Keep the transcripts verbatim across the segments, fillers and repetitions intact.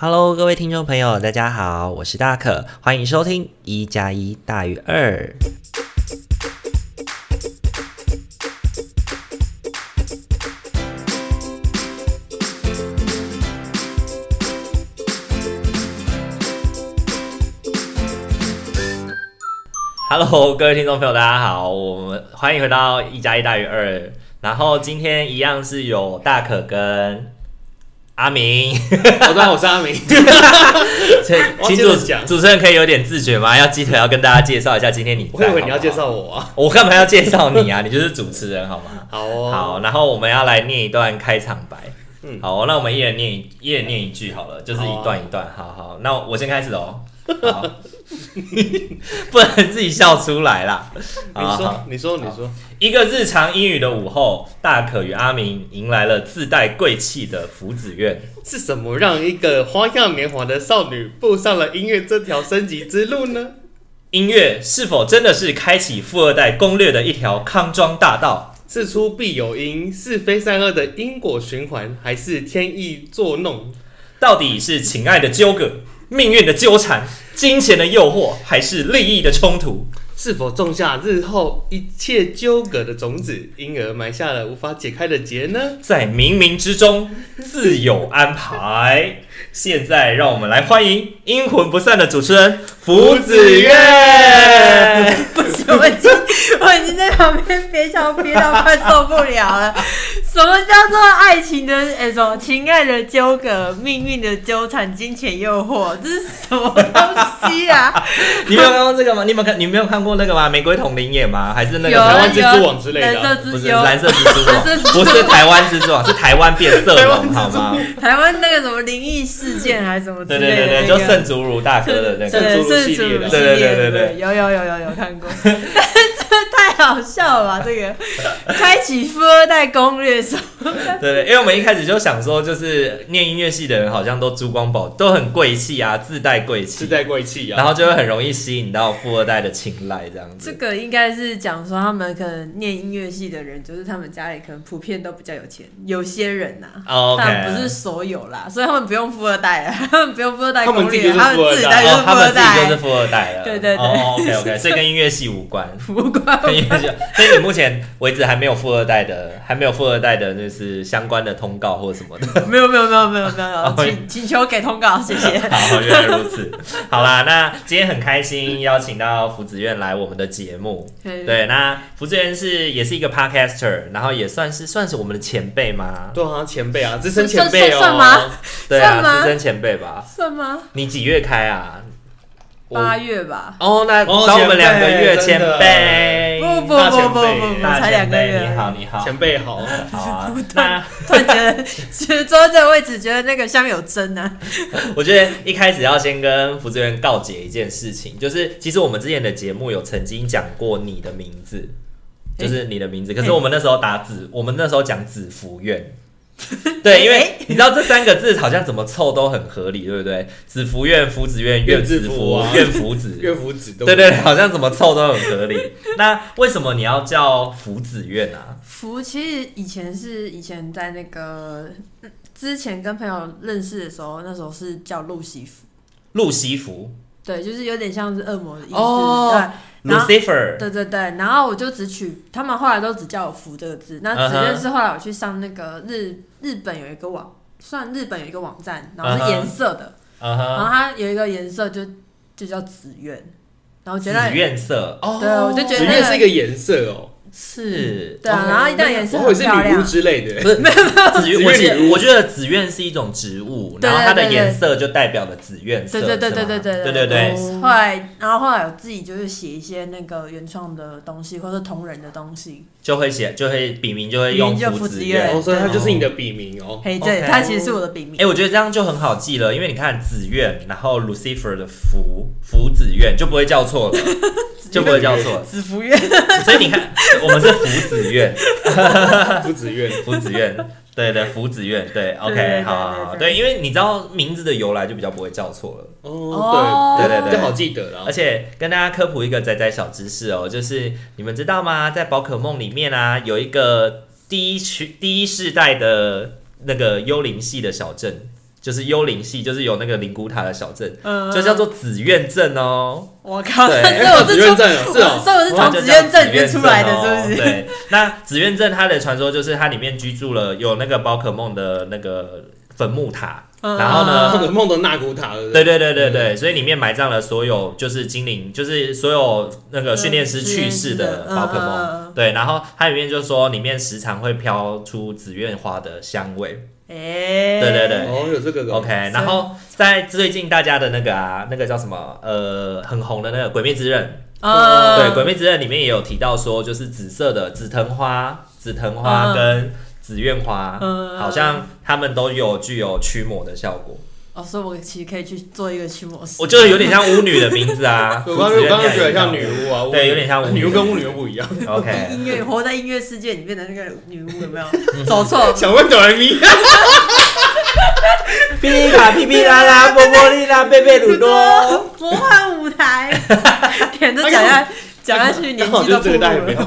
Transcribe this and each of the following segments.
Hello， 各位听众朋友，大家好，我是大可，欢迎收听一加一大于二。Hello， 各位听众朋友，大家好，我们欢迎回到一加一大于二。然后今天一样是有大可跟阿明， 我当然我是阿明。 请主主持人可以有点自觉吗？要鸡腿要跟大家介绍一下今天你在。 我以为你要介绍我啊， 我干嘛要介绍你啊？你就是主持人好吗？ 好哦。 好，然后我们要来念一段开场白。嗯，好，那我们一人念一一人念一句好了，就是一段一段。好好，那我先开始哦。好，不能自己笑出来啦。 你说，你说，你说。 一个日常英语的午后，大可与阿明迎来了自带贵气的福子院。 是什么让一个花样年华的少女步上了音乐这条升级之路呢？ 音乐是否真的是开启富二代攻略的一条康庄大道？ 事出必有因，是非善恶的因果循环，还是天意作弄？ 到底是情爱的纠葛、命运的纠缠、金钱的诱惑，还是利益的冲突？ 是否种下日后一切纠葛的种子，因而埋下了无法解开的结呢？ 在冥冥之中自有安排。现在让我们来欢迎阴魂不散的主持人福子月。 不行，我已经我已经在旁边憋笑憋到快受不了了。什么叫做爱情的哎、欸、什么情爱的纠葛、命运的纠缠、金钱诱惑？这是什么东西啊？ 你没有看过这个吗？你有没有看？你没有看过那个吗？玫瑰同林演吗？还是那个台湾蜘蛛网之类的、啊？ 不是蓝色蜘蛛网，不是台湾蜘蛛网，是台湾变色龙，好吗？ 台湾那个什么灵异事件还是什么之类的、那个？ 对对对对，就圣祖儒大哥的那个圣祖儒系列的， 对对对对对， 有有有有有看过。但是这太好笑了吧？这个开启富二代攻略什么？ 对对，因为我们一开始就想说，就是念音乐系的人好像都珠光宝，都很贵气啊，自带贵气， 自带贵气啊， 然后就会很容易吸引到富二代的青睐，这样子。 这个应该是讲说他们可能念音乐系的人，就是他们家里可能普遍都比较有钱，有些人呐、啊， oh, okay. 但不是所有啦，所以他们不用富二代了，他们不用富二代攻略， 他们自己就是富二代， 他们自己就是富二代了。 对对对。 哦、oh, ，OK OK， 所以跟音乐系无关， 无关。 跟音乐系，所以你目前为止还没有富二代的，还没有富二代的，就是相关的通告或什么的。 没有没有没有没有没有，请请求给通告，谢谢。 好，原来如此。好啦，那今天很开心邀请到福子院来我们的节目。对，那福子院是也是一个 podcaster， 然后也算是算是我们的前辈吗？ 对啊，前辈啊，资深前辈哦。 算吗？ 对啊，资深前辈吧。 算吗？ 你几月开啊？ 八月吧。 哦，那找我们两个月前辈。 不不不不不不，才两个月。 你好，你好， 前辈好。 好啊。那突然觉得，其实坐在这个位置，觉得那个下面有针啊。 我觉得一开始要先跟福子院告解一件事情，就是其实我们之前的节目有曾经讲过你的名字，就是你的名字。可是我们那时候打子，我们那时候讲子福院。对，因为你知道这三个字好像怎么凑都很合理，对不对？子福院、福子院、院子福、院福子、 院福子， 对对，好像怎么凑都很合理。那为什么你要叫福子院啊？ 福其实以前是以前在那个之前跟朋友认识的时候，那时候是叫路西福。 路西福， 对，就是有点像是恶魔的意思。 哦， 对。 Lucifer， 对对对，然后我就只取，他们后来都只叫我福这个字。那只认是后来我去上那个日日本有一个网，算日本有一个网站，然后是颜色的， uh-huh. 然后它有一个颜色就就叫紫苑，然后觉得紫苑色， 哦，对，我就觉得、 那個、紫苑是一个颜色哦。 是， 对啊，然后一旦颜色很漂亮，是女巫之类的， 不是紫苑，我觉得紫苑是一种植物，然后它的颜色就代表了紫苑色， 对对对对对对对对对。 后来，然后后来我自己就是写一些那个原创的东西，或者同人的东西， 就会写，就会笔名就会用福子院， 哦，所以它就是你的笔名哦。 嘿，对，它其实是我的笔名。 哎，我觉得这样就很好记了，因为你看紫苑，然后 Lucifer 的福福子院就不会叫错了。就不会叫错了， 子福院。 所以你看，我们是福子院， 福子院， 福子院，对对，福子院，对 ，OK， 好好好，对，因为你知道名字的由来，就比较不会叫错了。 哦，对对对对， 就好记得了。 而且跟大家科普一个宅宅小知识哦，就是你们知道吗？在宝可梦里面啊，有一个第一区第一世代的那个幽灵系的小镇。 就是幽灵系，就是有那个灵骨塔的小镇，嗯、就叫做紫苑镇哦。 我靠， 对， 紫苑镇是哦， 所以我是从紫苑镇里面出来的，是不是？ 对，那紫苑镇它的传说就是它里面居住了有那个宝可梦的那个坟墓塔。然后呢？ 宝可梦的纳古塔， 对对对对对，所以里面埋葬了所有就是精灵，就是所有那个训练师去世的宝可梦。对，然后它里面就说里面时常会飘出紫苑花的香味。 哎， 对对对， 哦，有这个 OK。然后在最近大家的那个啊，那个叫什么？呃，很红的那个《鬼灭之刃》。哦，对，《鬼灭之刃》里面也有提到说，就是紫色的紫藤花、紫藤花跟紫苑花，嗯、好像他们都有具有驱魔的效果。 哦，所以我其实可以去做一个驱魔师。 我觉得有点像巫女的名字啊， 我刚刚觉得像女巫啊， 对，有点像巫女。 女巫跟巫女又不一样。 OK， 音乐活在音乐世界里面的那个女巫有没有走错？ 想问哆来咪。 噼里卡噼噼啦啦，波波利啦，贝贝鲁多， 魔幻舞台，点都讲下讲下去，年纪都不大了。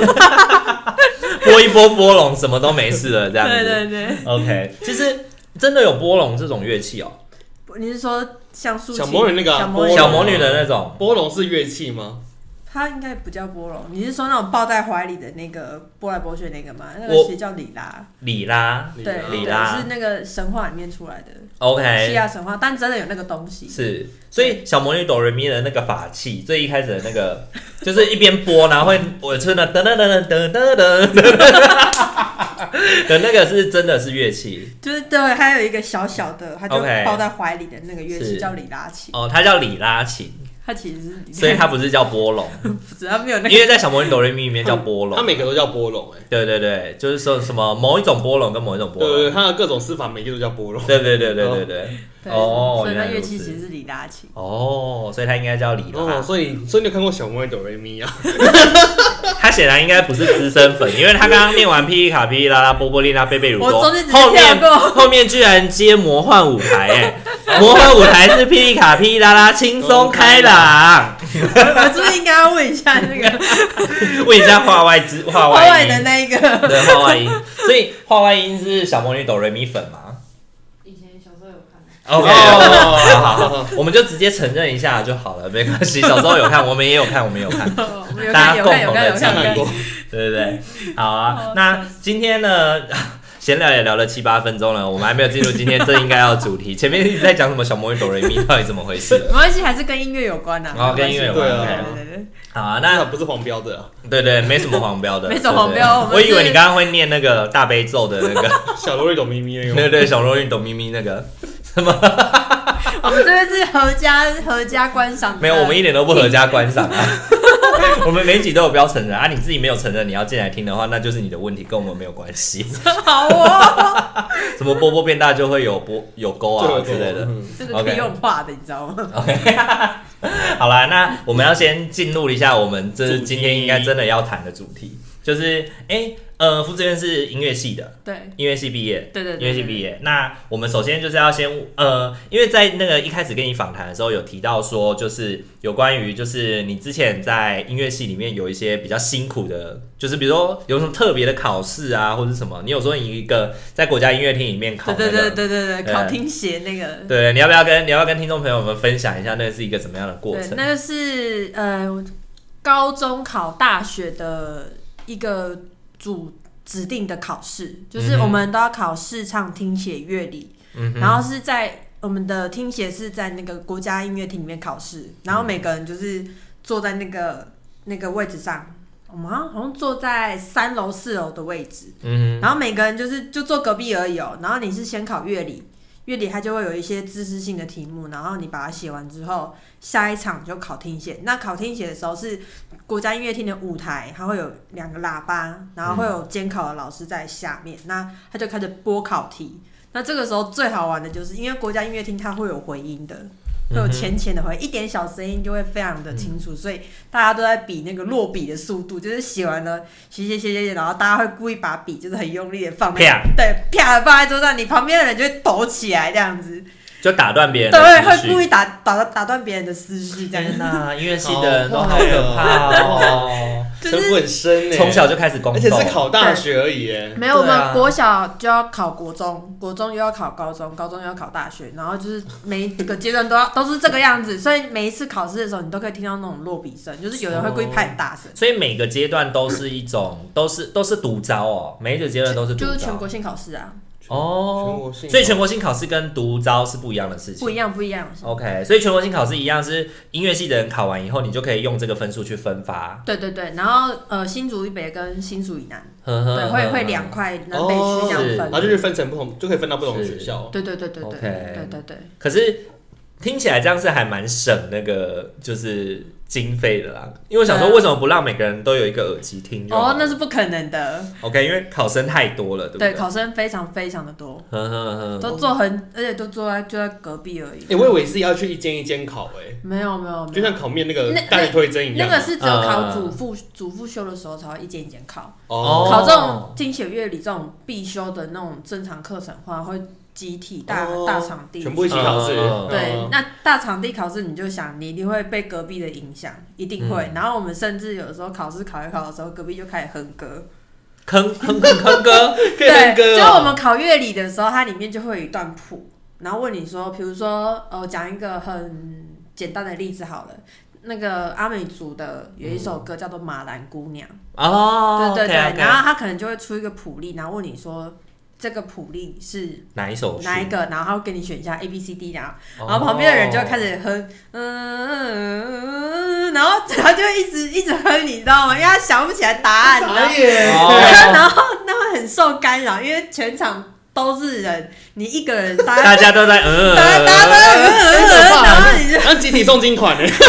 播一播波龙，什么都没事了，这样子。 对对对。 OK， 其实真的有波龙这种乐器哦。 你是说像竖琴小魔女那个、啊、 小魔女的那种波龙是乐器吗？ 它应该不叫波龙，你是说那种抱在怀里的那个拨来拨去的那个吗？那个其实叫里拉。 里拉， 对， 里拉是那个神话里面出来的。 OK， 西亚神话，但真的有那个东西。 是，所以小魔女哆瑞咪的那个法器，最一开始的那个，就是一边播，然后会我吹的噔噔噔噔噔噔噔的那个是真的是乐器， 就是对，还有一个小小的，它就抱在怀里的那个乐器叫里拉琴。 哦，它叫里拉琴。 它其实是， 所以它不是叫波龙， 只要没有那个， 因为在小魔女哆瑞咪里面叫波龙， 它每个都叫波龙哎。 对对对，就是说什么某一种波龙跟某一种波龙， 对对，它的各种施法每个都叫波龙。 对对对对对对。 哦，所以它乐器其实是里拉琴。 哦，所以它应该叫里拉。 哦，所以所以你有看过小魔女哆瑞咪啊？ 他显然应该不是资深粉，因为他刚刚念完霹雳卡、霹雳拉拉、波波利拉、贝贝鲁多，后面后面居然接魔幻舞台哎！魔幻舞台是霹雳卡、霹雳拉拉轻松开朗。 我是不是应该要问一下那个？ 问一下话外之话外音，话外的那一个， 对话外音。所以话外音是小魔女哆瑞咪粉吗？ 以前小时候有看。 OK， 好好好，我们就直接承认一下就好了，没关系。小时候有看，我们也有看，我们有看，大家共同的经历，对对对。好啊，那今天呢？闲聊也聊了七八分钟了，我们还没有进入今天这应该要的主题。前面一直在讲什么小魔女哆瑞咪，到底怎么回事？ 没关系，还是跟音乐有关啊。 哦，跟音乐有关。 对啊， 对对对。好啊，那不是黄标的、啊。 对对，没什么黄标的， 没什么黄标。 我以为你刚刚会念那个大悲咒的那个小萝莉哆咪咪那个。 对对，小萝莉哆咪咪那个什么？ 我们这边是合家合家观赏。 没有，我们一点都不合家观赏啊。我们每一集都有标承认啊，你自己没有承认，你要进来听的话，那就是你的问题，跟我们没有关系。 好哦。 什么波波变大就会有波有沟啊之类的， 这个可以用画的，你知道吗 ？OK， 好啦，那我们要先进入一下我们这今天应该真的要谈的主题，就是哎。欸呃，福子苑是音乐系的， 对， 音乐系毕业， 对对对， 音乐系毕业。那我们首先就是要先呃，因为在那个一开始跟你访谈的时候有提到说，就是有关于就是你之前在音乐系里面有一些比较辛苦的，就是比如说有什么特别的考试啊，或者什么，你有说你一个在国家音乐厅里面考、那個， 对对对对对对，考听写那个， 对，你要不要跟你要不要跟听众朋友们分享一下，那个是一个怎么样的过程？ 对，那个是呃高中考大学的一个。主指定的考试，就是我们都要考视唱、听写、乐理，嗯、然后是在我们的听写是在那个国家音乐厅里面考试，然后每个人就是坐在那个那个位置上，我们好像好像坐在三楼、四楼的位置，嗯、然后每个人就是就坐隔壁而已哦。然后你是先考乐理，乐理它就会有一些知识性的题目，然后你把它写完之后，下一场就考听写。那考听写的时候是国家音乐厅的舞台，它会有两个喇叭，然后会有监考的老师在下面，嗯、那他就开始播考题。那这个时候最好玩的就是，因为国家音乐厅它会有回音的，会有浅浅的回音，一点小声音就会非常的清楚，嗯、所以大家都在比那个落笔的速度，就是写完了写写写写，然后大家会故意把笔就是很用力的放在，对，啪放在桌上，你旁边的人就会抖起来这样子。 就打断别人的对， 思绪， 会故意打打打断别人的思绪，这样。 天哪，音乐系的人都好可怕哦， 城府很深呢， 从小就开始攻而且是考大学而已耶。 没有，我对啊们国小就要考国中，国中又要考高中，高中又要考大学，然后就是每一个阶段都要都是这个样子，所以每一次考试的时候，你都可以听到那种落笔声，就是有人会故意拍很大声。 所以每个阶段都是一种，都是都是独招哦，每一个阶段都是独招， 就是全国性考试啊。 哦，所以全国性考试跟独招是不一样的事情， 不一样，不一样。 OK， 所以全国性考试一样是音乐系的人考完以后，你就可以用这个分数去分发。 对对对，然后呃，新竹以北跟新竹以南， 呵呵对，会会两块南北区这样分， 然后就是分成不同，就可以分到不同的学校。 对对对对对 OK 对对对。 可是听起来这样是还蛮省那个就是经费的啦，因为我想说为什么不让每个人都有一个耳机听就好？ 哦，那是不可能的。 OK， 因为考生太多了，对不对？ 对，考生非常非常的多， 呵呵呵都坐很，而且都坐在就在隔壁而已。 哎、欸，我以为是要去一间一间考、欸，哎， 没有没有， 就像考面那个大力推甄一样。 那个是只有考主副主副修的时候才会一间一间考。 哦， 考这种听写乐理这种必修的那种正常课程的话，会集体大、哦、大场地全部一起考试。 对，嗯、那大场地考试你就想，你一定会被隔壁的影响，一定会。嗯、然后我们甚至有的时候考试考一考的时候，隔壁就开始哼歌。 哼哼哼哼歌， 对，就我们考乐理的时候，它里面就会有一段谱，然后问你说，比如说，呃，讲一个很简单的例子好了，那个阿美族的有一首歌叫做《马兰姑娘》 哦， 对对对， okay, okay. 然后他可能就会出一个谱例，然后问你说。这个谱例是哪一首？ 哪一个？然后他会给你选一下 A B C D， 然后，然后旁边的人就会开始哼，嗯，然后他就一直一直哼，你知道吗？因为他想不起来答案，然后，然后那会很受干扰，因为全场都是人，你一个人，大家大家都在嗯， 大家大家都在嗯嗯嗯，然后你就然后集体诵经款呢。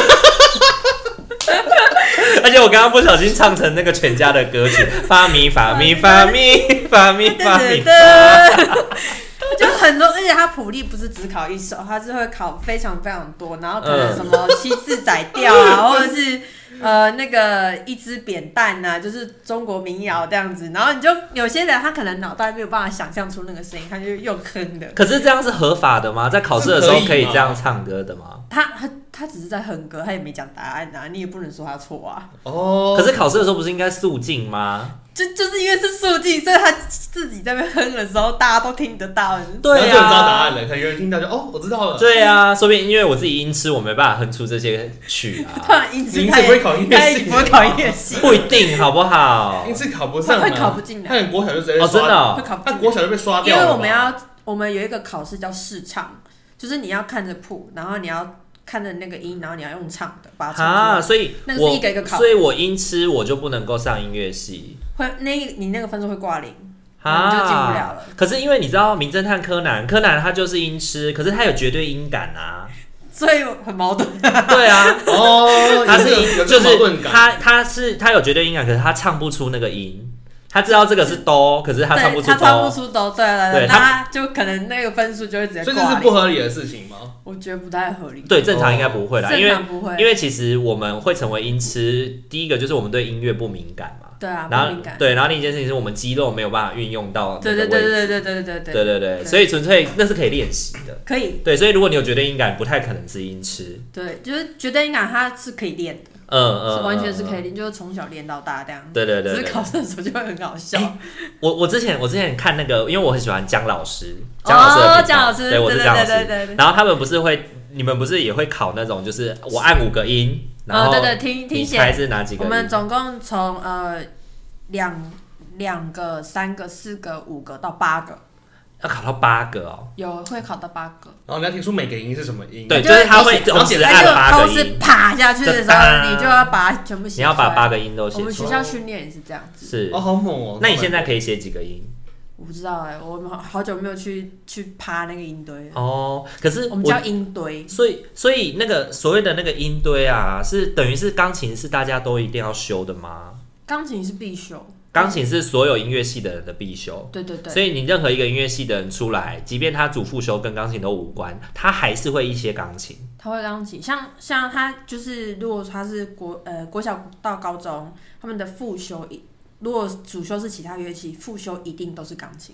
而且我刚刚不小心唱成那个全家的歌曲，发咪发咪发咪发咪发咪， 就很多，而且它谱例不是只考一首，它是会考非常非常多，然后可能什么七字宰调啊，或者是呃那个一只扁担啊，就是中国民谣这样子，然后你就有些人他可能脑袋没有办法想象出那个声音，他就用哼的。 可是这样是合法的吗？在考试的时候可以这样唱歌的吗？ 他他他只是在哼歌，他也没讲答案啊，你也不能说他错啊。 哦。 可是考试的时候不是应该肃静吗？ 就就是因为是肃静，所以他自己在那边哼的时候，大家都听得到。 对啊， 然后就知道答案了，可能有人听到就哦，我知道了。 对啊，说不定因为我自己音痴，我没办法哼出这些曲啊。 突然音痴， 你是不会考音乐系， 不会考音乐系， 不一定，好不好？ 音痴考不上， 会考不进来。 他很国小就直接刷， 哦，真的、哦， 会考不进来， 他国小就被刷掉了。 因为我们要，我们有一个考试叫试唱，就是你要看着谱，然后你要。看着那个音，然后你要用唱的把它唱出来。 啊，所以那个是一个一个考， 所以我音痴我就不能够上音乐系， 会那你那个分数会挂零，啊，你就进不了了。 可是因为你知道《名侦探柯南》，柯南他就是音痴，可是他有绝对音感啊， 所以很矛盾。 对啊， 哦， 他是音，就是他他是他有绝对音感，可是他唱不出那个音。他知道这个是哆，可是他唱不出哆， 他唱不出哆，对对对，那他就可能那个分数就会直接挂零。 所以这是不合理的事情吗？ 我觉得不太合理。 对，正常应该不会啦，因为不会， 因为其实我们会成为音痴，第一个就是我们对音乐不敏感嘛。 对啊， 然后不敏感。 对，然后另一件事情是我们肌肉没有办法运用到那个位置。 对对对对对对对对对对对，所以纯粹那是可以练习的。 可以。 对，所以如果你有绝对音感，不太可能是音痴。 对，就是绝对音感，它是可以练的。 嗯嗯， 是完全是可以练，就是从小练到大这样。 对对对， 只是考试的时候就会很好笑。 欸、我我之前我之前看那个，因为我很喜欢姜老师，姜老师的频道， 姜老师， 对，我是姜老师。 对对对对。 然后他们不是会，你们不是也会考那种，就是我按五个音，然后对对听听写， 猜是哪几个音？ 我们总共从呃两两个、三个、四个、五个到八个。 要考到八个哦， 有会考到八个， 然后你要听出每个音是什么音， 对，就是他会同时按八个音， 同时啪下去的时候，你就要把它全部写出来。 你要把八个音都写出来。 我们学校训练也是这样子。 是哦，好猛哦！ 那你现在可以写几个音？ 我不知道哎、欸，我们好久没有去去趴那个音堆了。 哦，可是我们叫音堆， 所以所以那个所谓的那个音堆啊，是等于是钢琴是大家都一定要修的吗？ 钢琴是必修。 钢琴是所有音乐系的人的必修， 对对对， 所以你任何一个音乐系的人出来，即便他主副修跟钢琴都无关，他还是会一些钢琴。 他会钢琴，像像他就是，如果他是国呃国小到高中，他们的副修，如果主修是其他乐器，副修一定都是钢琴。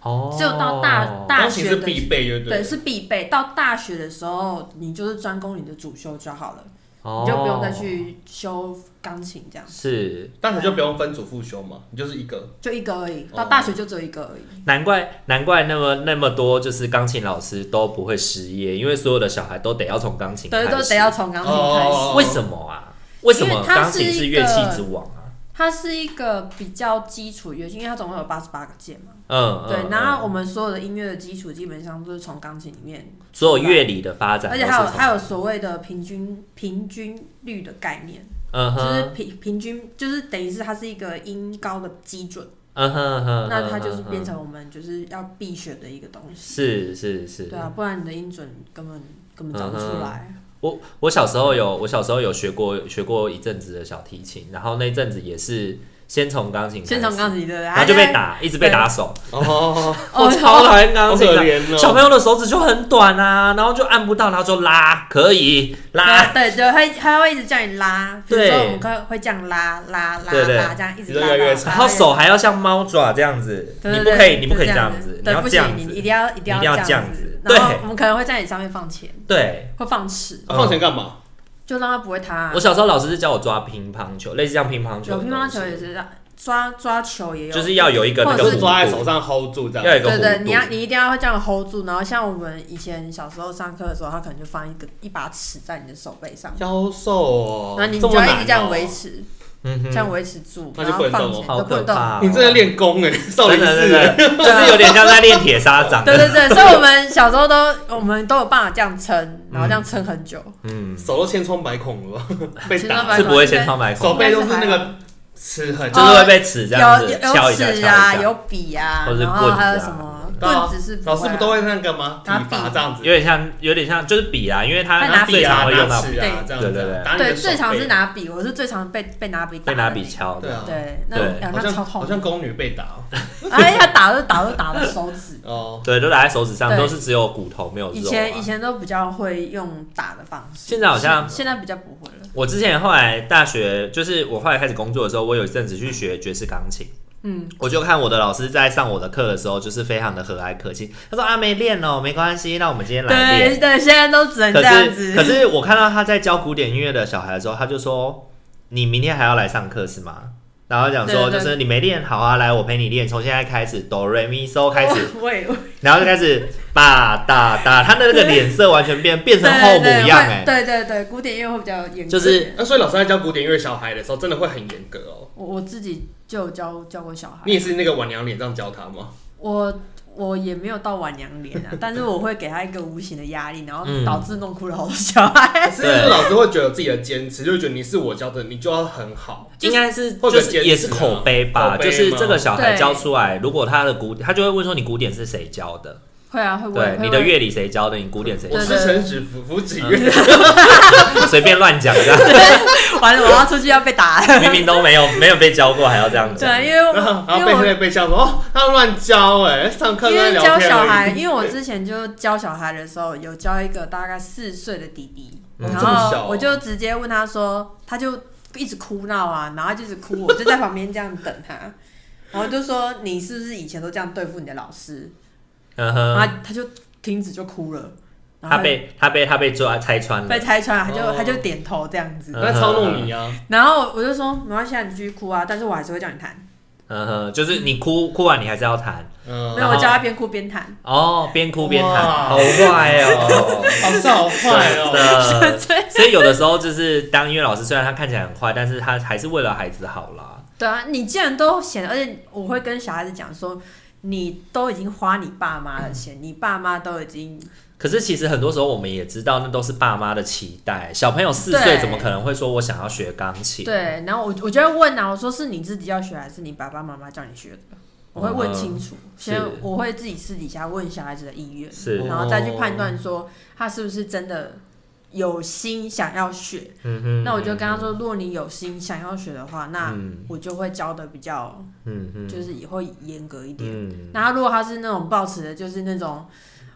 哦， 只有到大大学的钢琴是必备，对对，是必备。到大学的时候，你就是专攻你的主修就好了。你就不用再去修钢琴这样。 是， 大学就不用分主副修嘛，你就是一个， 就一个而已。到大学就只有一个而已。 难怪难怪那么那么多就是钢琴老师都不会失业，因为所有的小孩都得要从钢琴开始， 对，都得要从钢琴开始。 哦、为什么啊？为什么钢琴是乐器之王啊？ 它是一个比较基础乐器，因为它总共有八十八个键嘛。 嗯， 对。 嗯、 然后我们所有的音乐的基础基本上都是从钢琴里面， 所有乐理的发展， 而且还有还有所谓的平均平均律的概念， 嗯哼， 就是平平均就是等于是它是一个音高的基准。 嗯哼哼， 那它就是变成我们就是要必学的一个东西。 是是是。 对啊，不然你的音准根本根本找不出来。 嗯我我小时候有我小时候有学过学过一阵子的小提琴，然后那阵子也是先从钢琴开始， 先从钢琴对， 然后就被打，一直被打手。 哦， 我超讨厌钢琴的， 哦、 小朋友的手指就很短啊，然后就按不到，然后就拉，可以拉， 对，就会他会一直叫你拉，比如说我们会会这样拉拉拉对对拉，这样一直拉， 然后手还要像猫爪这样子，你不可以你不可以这样子，你要这样子， 你一定要一定要这样子。 然后我们可能会在你上面放钱， 对， 会放尺， 放钱干嘛？ 就让它不会塌。 我小时候老师是教我抓乒乓球，类似像乒乓球， 有乒乓球也是抓抓球也有， 就是要有一个那个就是抓在手上 hold 住这样。 要有一个对对，你要你一定要这样 hold 住，然后像我们以前小时候上课的时候，他可能就放一个一把尺在你的手背上， 教授哦， 然后你就要一直这样维持。这样维持住， 那就不能动哦， 好可怕！ 你真的练功哎，少林寺， 就是有点像在练铁砂掌。 对对对，所以我们小时候都我们都有办法这样撑，然后这样撑很久。 嗯，手都千疮百孔了吧？被打是不会千疮百孔， 手背都是那个齿痕， 就是会被齿这样子敲一下， 有尺啊，有笔啊， 或者是棍子还有什么？棍子是老师不都会那个吗？体罚这样子， 有点像，有点像，就是笔啊，因为他最常会用到笔啊，这样子。 对对对， 对，最常是拿笔，我是最常被被拿笔打， 被拿笔敲的。 对，那那超痛， 好像宫女被打。 哎呀，打都打都打了手指。 哦，对，都打在手指上，都是只有骨头没有肉。 以前以前都比较会用打的方式， 现在好像现在比较不会了。 我之前后来大学，就是我后来开始工作的时候，我有一阵子去学爵士钢琴。嗯，我就看我的老师在上我的课的时候，就是非常的和蔼可亲。他说啊，没练哦，没关系，那我们今天来练。 对对，现在都只能这样子。 可是，可是我看到他在教古典音乐的小孩的时候，他就说：“你明天还要来上课是吗？”然后讲说，就是你没练好啊，来我陪你练，从现在开始哆瑞咪嗦开始，然后就开始吧哒哒，他的那个脸色完全变变成后母一样哎。 对对对，古典音乐会比较严格。 就是那所以老师在教古典音乐小孩的时候，真的会很严格哦。 我我自己就有教教过小孩。 你也是那个晚娘脸这样教他吗？ 我。我也没有到晚娘脸啊，但是我会给他一个无形的压力，然后导致弄哭了好多小孩。 是不是老师会觉得自己的坚持，就觉得你是我教的，你就要很好？ 应该是就是也是口碑吧，就是这个小孩教出来，如果他的古，他就会问说你古典是谁教的？ 会啊，会问。 对，你的乐理谁教的？你古典谁教的？ 我是陈子福福子乐， 随便乱讲这样。 完了，我要出去要被打。 明明都没有没有被教过，还要这样讲。 对，因为然后然后被被被笑说哦，他乱教哎，上课在聊天。 因为教小孩，因为我之前就教小孩的时候，有教一个大概四岁的弟弟，然后我就直接问他说，他就一直哭闹啊，然后就一直哭，我就在旁边这样等他，然后就说你是不是以前都这样对付你的老师？然后他就停止就哭了。 他被他被他被抓拆穿了， 被拆穿了，他就、哦、他就点头这样子， 他操弄你啊。 然后我就说没关系，你继续哭啊，但是我还是会叫你弹。 嗯哼，就是你哭哭完你还是要弹。 嗯，没有，我叫他边哭边弹。 哦，边哭边弹，好坏哦， 老师好坏哦。所以有的时候就是当音乐老师，虽然他看起来很坏，但是他还是为了孩子好啦。 对啊，你既然都显，而且我会跟小孩子讲说，你都已经花你爸妈的钱，你爸妈都已经。 可是其实很多时候我们也知道，那都是爸妈的期待。小朋友四岁怎么可能会说我想要学钢琴？ 对，然后我我就会问啊，我说是你自己要学，还是你爸爸妈妈叫你学的？我会问清楚，所以我会自己私底下问小孩子的意愿，然后再去判断说他是不是真的有心想要学。嗯哼，那我就跟他说，如果你有心想要学的话，那我就会教的比较，嗯就是也会严格一点。嗯，然后如果他是那种抱持的，就是那种。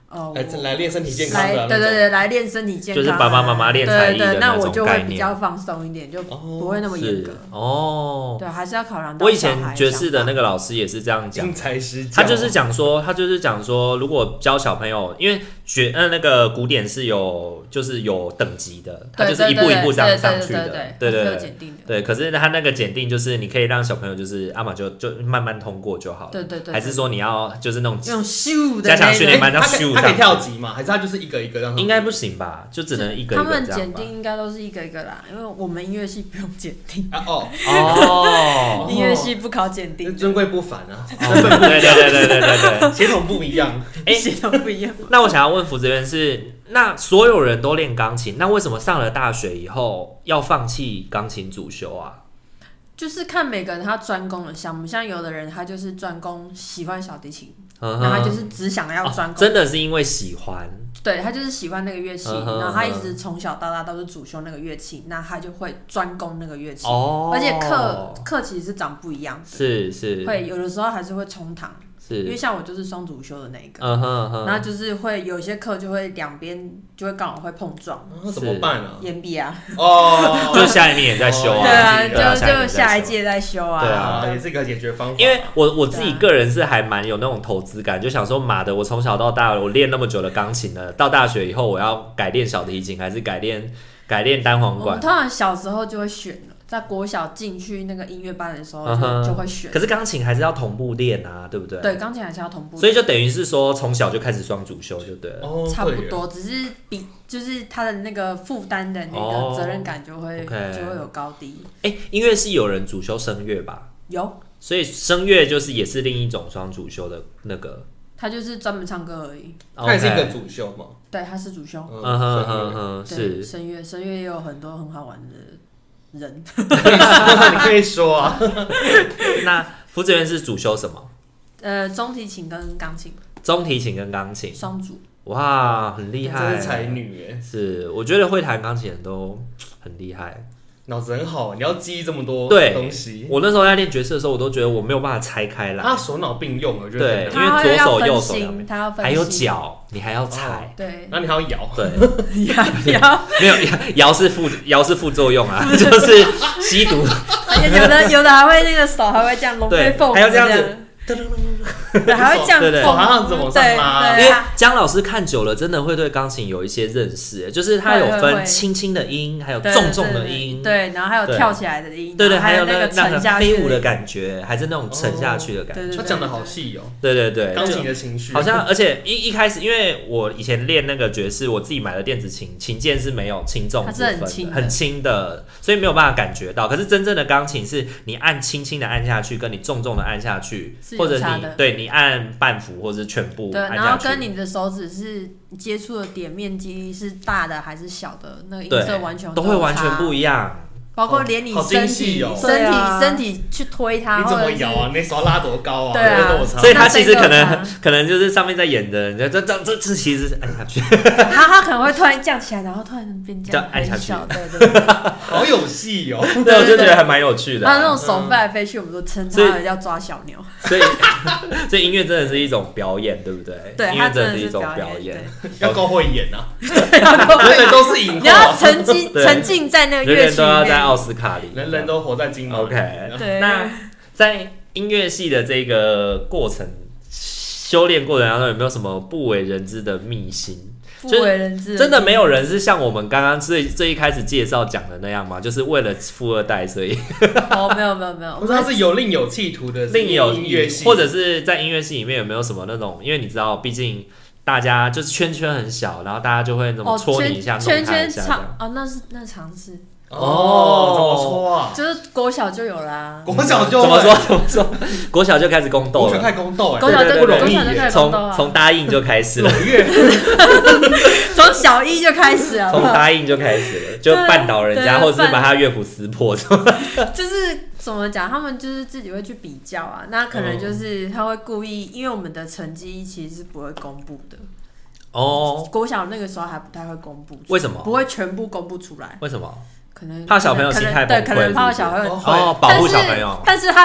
哦， 来来练身体健康的、啊、 对对对，来练身体健康、啊， 就是爸爸妈妈练才艺的那种概念。 那我就会比较放松一点，就不会那么严格。 哦， 对，还是要考量到。 我以前爵士的那个老师也是这样讲，他就是讲说，他就是讲说，如果教小朋友，因为学呃那个古典是有就是有等级的，他就是一步一步这样上去的，对对对，对。可是他那个检定就是你可以让小朋友就是阿玛就就慢慢通过就好了， 对对对。 还是说你要就是那种用咻的加强训练班，要咻他可以跳级吗？还是他就是一个一个让？ 应该不行吧，就只能一个一个这样吧。 他们检定应该都是一个一个啦，因为我们音乐系不用检定啊。哦哦， 音乐系不考检定， 尊贵不凡啊。 对对对对对对对对， 协同不一样， 哎，协同不一样。 那我想要问福子渊是，那所有人都练钢琴，那为什么上了大学以后要放弃钢琴主修啊？ 就是看每个人他专攻的项目，像有的人他就是专攻喜欢小提琴。那他就是只想要专攻、哦， 真的是因为喜欢， 对他就是喜欢那个乐器，嗯、然后他一直从小到大都是主修那个乐器，那他就会专攻那个乐器，哦、而且课课其实是长不一样的， 是是， 会有的时候还是会冲堂， 是因为像我就是双主修的那个， 嗯哼哼， 然后就是会有些课就会两边就会刚好会碰撞， 那、啊、怎么办啊？ 延毕啊， 哦，就下一年也在修啊， 对啊，就就下一届在修啊， 对啊，也是一个解决方法。 因为我我自己个人是还蛮有那种投资感，就想说妈的，我从小到大我练那么久的钢琴了，到大学以后我要改练小提琴，还是改练改练单簧管？我们通常小时候就会选了。在国小进去那个音乐班的时候就， uh-huh, 就会选。 可是钢琴还是要同步练啊，对不对？ 对，钢琴还是要同步练。 所以就等于是说，从小就开始双主修，就对了。 哦， 差不多，只是比就是他的那个负担的那个责任感就会、oh, okay. 就会有高低。 哎、欸，音乐系有人主修声乐吧？ 有。 所以声乐就是也是另一种双主修的那个。 他就是专门唱歌而已。 他也是一个主修吗？ 对，他是主修。 嗯哼哼哼，是。 声乐，声乐也有很多很好玩的。人你可以说啊。 那福子渊是主修什么？ 呃，中提琴跟钢琴。 中提琴跟钢琴双主。 哇，很厉害， 真是才女耶！ 是，我觉得会弹钢琴的人都很厉害。 脑子很好，你要记忆这么多东西。 我那时候在练爵士的时候，我都觉得我没有办法拆开来。 他手脑并用了， 对，因为左手右手两边，还有脚，你还要踩， 对， 然后你还要摇， 对， 摇没有摇是副摇是副作用啊，就是吸毒。 有的有的还会那个手还会这样龙飞凤舞， 还要这样子。 对，还会这样手还要怎么上拉？ 因为姜老师看久了，真的会对钢琴有一些认识，就是它有分轻轻的音，还有重重的音， 对，然后还有跳起来的音， 对对，还有那个那个飞舞的感觉，还是那种沉下去的感觉。 他讲的好细哦， 对对对， 钢琴的情绪， 好像而且一一开始，因为我以前练那个爵士，我自己买的电子琴，琴键是没有轻重之分的，很轻的，所以没有办法感觉到。可是真正的钢琴是你按轻轻的按下去，跟你重重的按下去，或者你对你按半幅或者全部按下去， 对，然后跟你的手指是接触的点面积是大的还是小的，那个音色完全都会完全不一样。 包括连你身体、 哦、 身体、啊、身体去推它， 你怎么摇啊？你手拉多高啊？ 对啊， 所以它其实可能可能就是上面在演的，这这这这其实是按下去。 他他可能会突然降起来，然后突然变这样按下去， 对对对， 好有戏哦！ 对，我就觉得还蛮有趣的、啊。 他那种手飞来飞去，我们都称它叫抓小牛。 所以，所以音乐真的是一种表演，对不对？ 对， 音乐真的是一种表演， 要够会演啊！ 人人都是影后， 你要沉浸沉浸在那个乐曲里面， 人人都要在奥斯卡里。 人人都活在金马。 OK， 对。 那在音乐系的这个过程、修炼过程当中，有没有什么不为人知的秘辛？ 不为人知的， 真的没有人是像我们刚刚最最一开始介绍讲的那样吗？就是为了富二代，所以哦，没有没有没有， 我说他是有另有企图的， 另有音乐系， 或者是在音乐系里面有没有什么那种？因为你知道，毕竟。大家就是圈圈很小，然后大家就会那么戳你一下， 哦、圈弄他一下这样。 哦，那是那是常识。 哦，怎么说啊？ 就是国小就有啦。 国小就怎么说？怎么说？国小就开始宫斗了。 国小开宫斗， 国小就不容易。 从从答应就开始了。 从小一就开始了。 从答应就开始了，就绊倒人家，或者是把他乐谱撕破。 就是怎么讲？他们就是自己会去比较啊。那可能就是他会故意，因为我们的成绩其实是不会公布的。哦，国小那个时候还不太会公布， 为什么？ 不会全部公布出来？ 为什么？ 可能怕小朋友心态崩溃， 对，可能怕小朋友哦，保护小朋友。 但是他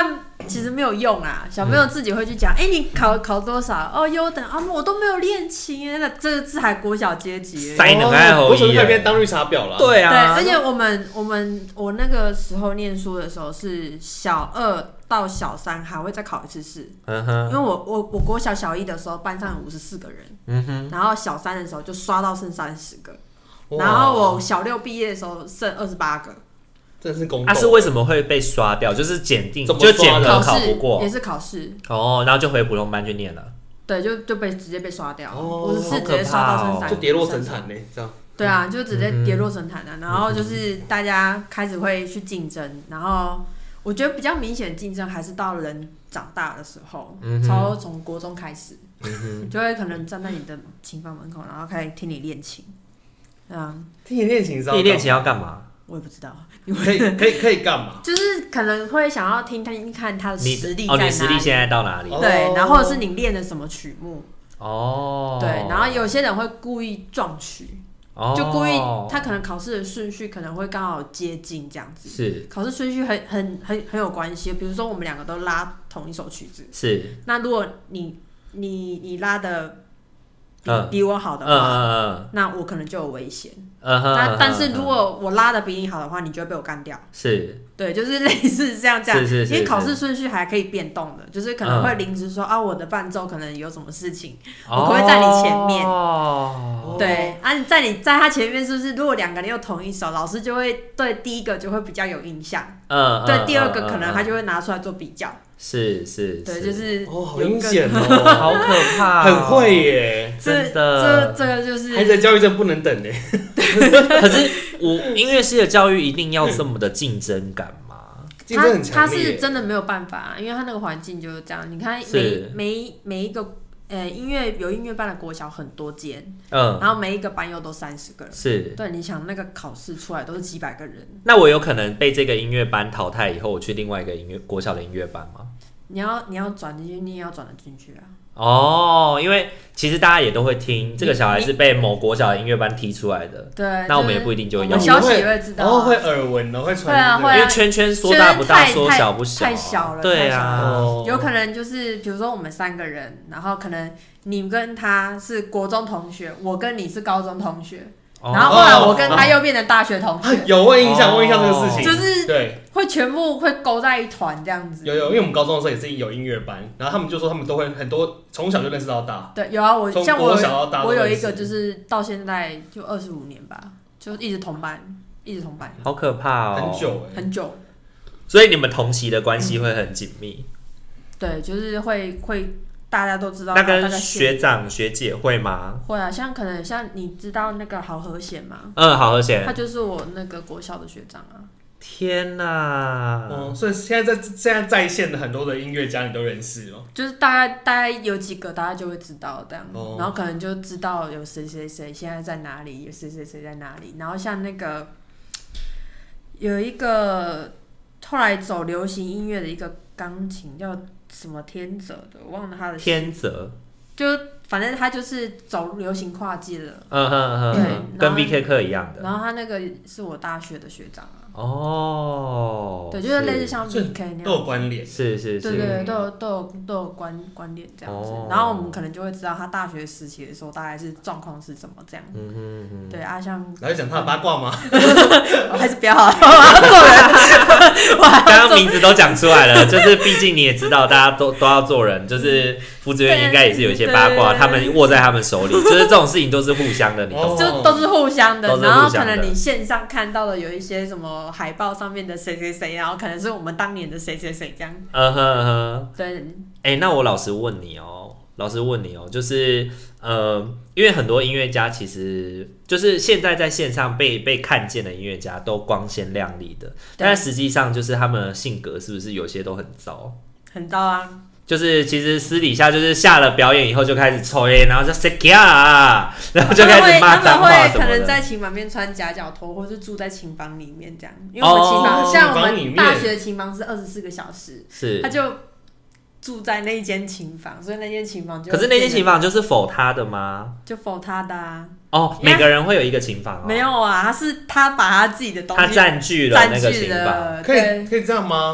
其实没有用啊，小朋友自己会去讲，哎、嗯欸，你考考多少？哦，优等啊，我都没有练琴，那这这还国小阶级， 塞两个后国小就可以变当绿茶婊了。 对啊， 对，而且我们我们我那个时候念书的时候是小二到小三还会再考一次试，嗯哼，因为我我我国小小一的时候班上有五十四个人，嗯哼，然后小三的时候就刷到剩三十个，然后我小六毕业的时候剩二十八个。 真是公斗。 啊，是为什么会被刷掉？就是检定，就检核考不过， 也是考试。 哦，然后就回普通班去念了。 对，就就被直接被刷掉。我是直接刷到剩三， 就跌落神坛呢，这样。 对啊，就直接跌落神坛了。然后就是大家开始会去竞争，然后我觉得比较明显的竞争还是到人长大的时候，超从国中开始，就会可能站在你的琴房门口，然后开始听你练琴。对啊， 听你练琴， 听你练琴要干嘛？ 我也不知道， 可以可以可以干嘛？ 就是可能会想要听听看他的实力在哪里， 哦，你实力现在到哪里？ 对，然后或者是你练的什么曲目？ 哦， 对，然后有些人会故意撞曲，哦、就故意他可能考试的顺序可能会刚好接近这样子， 是考试顺序很很很很有关系。比如说我们两个都拉同一首曲子， 是那如果你你你拉的比、嗯、比我好的话，嗯嗯嗯、那我可能就有危险。Uh-huh, 那但是如果我拉的比你好的话，你就会被我干掉。是，对，就是类似这样这样。是是是是，因为考试顺序还可以变动的，就是可能会临时说、嗯、啊，我的伴奏可能有什么事情，哦、我可不可以在你前面？哦，对啊，你在你在他前面是不是？如果两个人又同一首，老师就会对第一个就会比较有印象。嗯，对，第二个可能他就会拿出来做比较。 是是， 对，就是哦，好阴险哦， 好可怕、哦， 很会耶， 真的， 这这个就是孩子的教育真不能等呢。 可是我音乐系的教育一定要这么的竞争感吗？ 竞争很强烈， 他是真的没有办法，因为他那个环境就是这样。你看每每每一个呃音乐有音乐班的国小很多间，嗯，然后每一个班又都三十个人，是对，你想那个考试出来都是几百个人， 那我有可能被这个音乐班淘汰以后，我去另外一个音乐国小的音乐班吗？ 你要你要转进去，你也要转得进去啊。 哦，因为其实大家也都会听，这个小孩是被某国小的音乐班踢出来的， 对， 那我们也不一定就会要。 消息也会知道、啊， 然后会耳闻的，会传， 会啊会啊， 因为圈圈说大不大，说小不小， 太小了， 对啊， 哦、有可能就是比如说我们三个人，然后可能你跟他是国中同学，我跟你是高中同学。然后后来我跟他又变成大学同学，哦、 有我印象，我印象这个事情， 就是对， 会全部会勾在一团这样子。 有有，因为我们高中的时候也是有音乐班，然后他们就说他们都会很多从小就认识到大。 对，有啊，我像我小到大我有一个就是到现在就二十五年吧，就一直同班，一直同班， 好可怕哦， 很久哎， 很久。 所以你们同期的关系会很紧密。 嗯、对，就是会会。大家都知道， 那跟学长学姐会吗？ 会啊，像可能像你知道那个好和弦吗？ 嗯，好和弦， 他就是我那个国小的学长啊。 天哪！ 哦，所以现在在现在在线的很多的音乐家你都认识哦。 就是大概大概有几个，大家就会知道这样，哦、然后可能就知道有谁谁谁现在在哪里，有谁谁谁在哪里。然后像那个有一个后来走流行音乐的一个钢琴叫。什么天泽的，我忘了他的天泽， 就反正他就是走流行跨界的， 嗯哼哼，对，跟 V K 课一样的。 然后他那个是我大学的学长啊。 哦， 对，就是类似像 V K 那样， 都有关联， 是是是， 对对对，都有都有都有关关联这样子。哦、然后我们可能就会知道他大学时期的时候大概是状况是什么这样。嗯哼哼。对啊，像来讲他的八卦吗？ 我还是不要好了，我要做人。 刚刚名字都讲出来了，就是毕竟你也知道，大家都都要做人，就是福子苑应该也是有一些八卦，他们握在他们手里，就是这种事情都是互相的，你懂吗？ 就都是互相的，然后可能你线上看到的有一些什么海报上面的谁谁谁，然后可能是我们当年的谁谁谁这样。嗯哼嗯哼。对。 哎、欸，那我老实问你哦、喔，老实问你哦、喔，就是呃，因为很多音乐家其实就是现在在线上被被看见的音乐家都光鲜亮丽的，但实际上就是他们的性格是不是有些都很糟？ 很糟啊。 就是其实私底下就是下了表演以后就开始抽烟，然后就 say yeah， 然后就开始骂脏话什么的。他们会可能在琴房面穿夹脚拖，或是住在琴房里面这样。因为我们琴房、哦、像我们大学的琴房是二十四个小时，是他就住在那一间琴房，所以那间琴房就可是那间琴房就是否他的吗？ 就否他的啊。 哦，每个人会有一个琴房哦。 没有啊，他是他把他自己的东西他占据了那个琴房， 可以可以这样吗？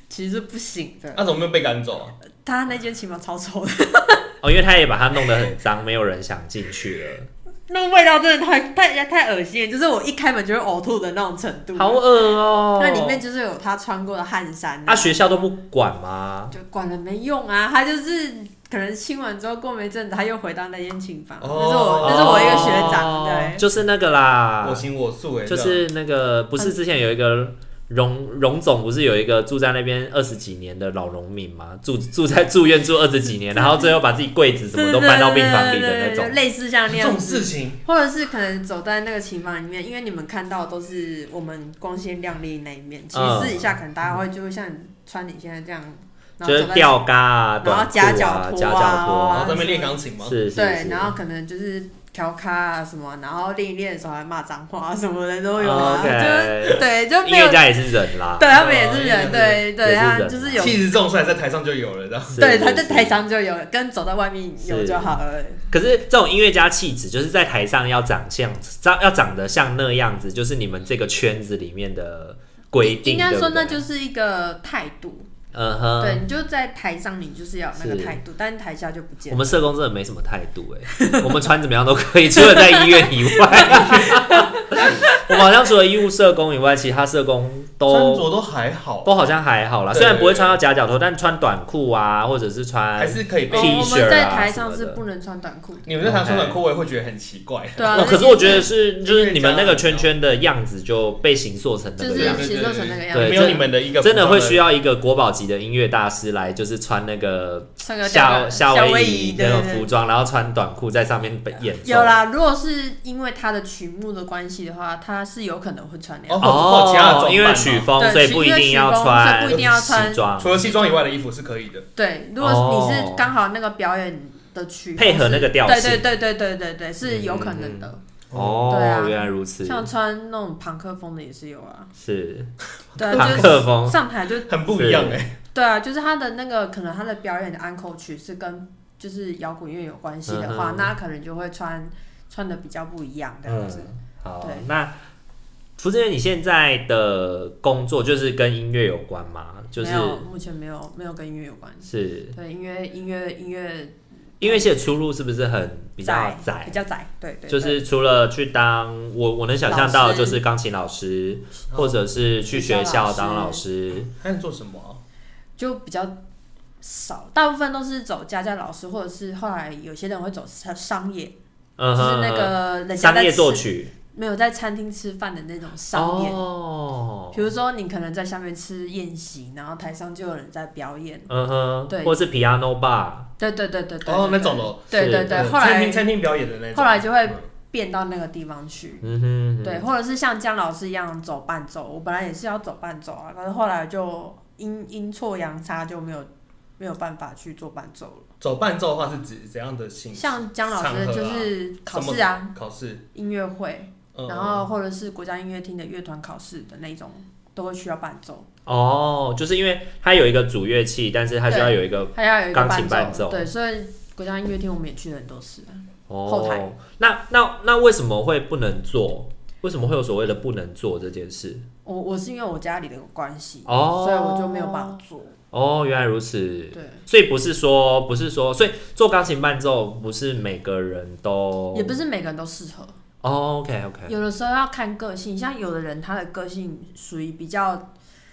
其实是不行的。 那、啊、怎么没有被赶走啊？ 他那间琴房超臭的。 哦，因为他也把它弄得很脏，没有人想进去了。 那个味道真的太太太恶心了，就是我一开门就会呕吐的那种程度。 好恶哦、喔！ 那里面就是有他穿过的汗衫、啊。 啊，学校都不管吗？ 就管了没用啊，他就是可能清完之后过没阵子他又回到那间琴房。 哦、 那是我那是我一个学长，对， 就是那个啦， 我行我素哎， 就是那个不是之前有一个。荣荣总不是有一个住在那边二十几年的老农民吗？住住在住院住二十几年，然后最后把自己柜子什么都搬到病房里的那种， 类似像那样子这种事情， 或者是可能走在那个琴房里面，因为你们看到都是我们光鲜亮丽那一面，其实私底下可能大家会就会像穿你现在这样。 就是吊嘎啊， 然后夹脚拖啊， 然后在那边练钢琴吗？ 是是是。 对，然后可能就是调咖啊什么，然后练一练的时候还骂脏话什么的都有啊。 Okay. 就对，就音乐家也是人啦。 对，他们也是人，对对，他就是有气质重帅，在台上就有了，这样。 对，他在台上就有，跟走在外面有就好了。 可是这种音乐家气质，就是在台上要长像，要长得像那样子，就是你们这个圈子里面的规定。 应该说那就是一个态度。 嗯哼， 对，你就在台上，你就是要有那个态度，但是台下就不见了。 我们社工真的没什么态度哎，我们穿怎么样都可以，除了在医院以外。我们好像除了医务社工以外，其他社工都穿着都还好， 都好像还好啦。虽然不会穿到夹脚拖，但穿短裤啊，或者是穿还是可以 T 恤啊。 我们在台上是不能穿短裤的。 你们在台上穿短裤，我也会觉得很奇怪。 对啊， 可是我觉得是，就是你们那个圈圈的样子就被形塑成那个样子， 就是形塑成那个样子。 对， 没有你们的一个真的会需要一个国宝级的音乐大师来，就是穿那个夏夏威夷那种服装，然后穿短裤在上面演奏。 有啦，如果是因为他的曲目的关系的话，他是有可能会穿那样。 哦，其他的装扮， 因为曲风，所以不一定要穿， 不一定要穿西装。 除了西装以外的衣服是可以的。 对，如果你是刚好那个表演的曲配合那个调性， 对对对对对对对，是有可能的。 哦， 对啊， 原来如此。 像穿那种朋克风的也是有啊。 是， 对啊， 朋克风上台就很不一样哎。 对啊，就是他的那个可能他的表演的安可曲是跟就是摇滚乐有关系的话，那他可能就会穿穿的比较不一样这样子。 好，那福志源，你现在的工作就是跟音乐有关吗？就是没有，目前没有没有跟音乐有关。 是， 对，音乐音乐音乐音乐系的出路是不是很比较窄？ 比较窄，对对。 就是除了去当我我能想象到的就是钢琴老师，或者是去学校当老师， 还能做什么、啊？ 就比较少，大部分都是走家教老师，或者是后来有些人会走商业，嗯、就是那个人家在商业作曲。 没有在餐厅吃饭的那种商演， 哦， 比如说你可能在下面吃宴席，然后台上就有人在表演， 嗯哼， 对， 或是 piano bar， 对对对对对， 哦那种的， 对对对，后来餐厅餐厅表演的那种， 后来就会变到那个地方去， 嗯哼， 对，或者是像姜老师一样走伴奏，我本来也是要走伴奏啊，可是后来就阴阴错阳差就没有没有办法去做伴奏了。 走伴奏的话是指怎样的形式？ 像姜老师就是考试啊， 考试、 音乐会。然后或者是国家音乐厅的乐团考试的那种，都会需要伴奏。 哦，就是因为它有一个主乐器，但是它需要有一个钢琴伴奏。 对，所以国家音乐厅我们也去了很多次。 哦， 后台。 那那那为什么会不能做？为什么会有所谓的不能做这件事？ 我我是因为我家里的关系， 哦， 所以我就没有办法做。 哦，原来如此。 对， 所以不是说不是说，所以做钢琴伴奏不是每个人都， 也不是每个人都适合。 哦 ，OK OK， 有的时候要看个性，像有的人他的个性属于比较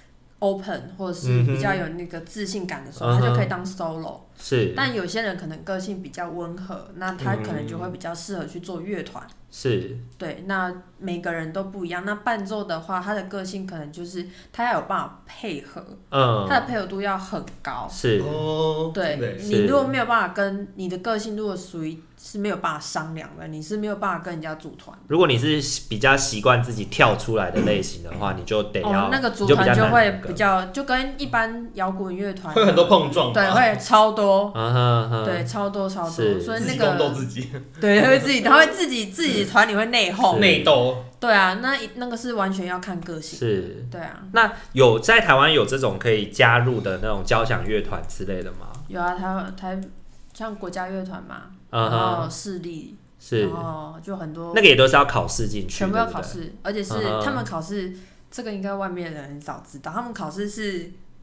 open， 或者是比较有那个自信感的时候，嗯、他就可以当 solo。 是， 但有些人可能个性比较温和，那他可能就会比较适合去做乐团。 是， 对，那每个人都不一样。那伴奏的话，他的个性可能就是他要有办法配合，嗯，他的配合度要很高。 是， 对，你如果没有办法跟你的个性，如果属于是没有办法商量的，你是没有办法跟人家组团。 如果你是比较习惯自己跳出来的类型的话，你就得要、 哦、那个组团就会比较，就跟一般摇滚乐团会很多碰撞， 对，会超多， 嗯哼哼对，超多超多，所以那个斗自己， 对，他会自己，他会自己自己团里会内讧内斗。 对啊，那那个是完全要看个性。 是， 对啊。 那有在台湾有这种可以加入的那种交响乐团之类的吗？ 有啊，台台像国家乐团嘛， 嗯、 然后势力， 是， 然后就很多。 那个也都是要考试进去， 全部要考试，而且是、 嗯、 他们考试，这个应该外面的人很少知道，他们考试是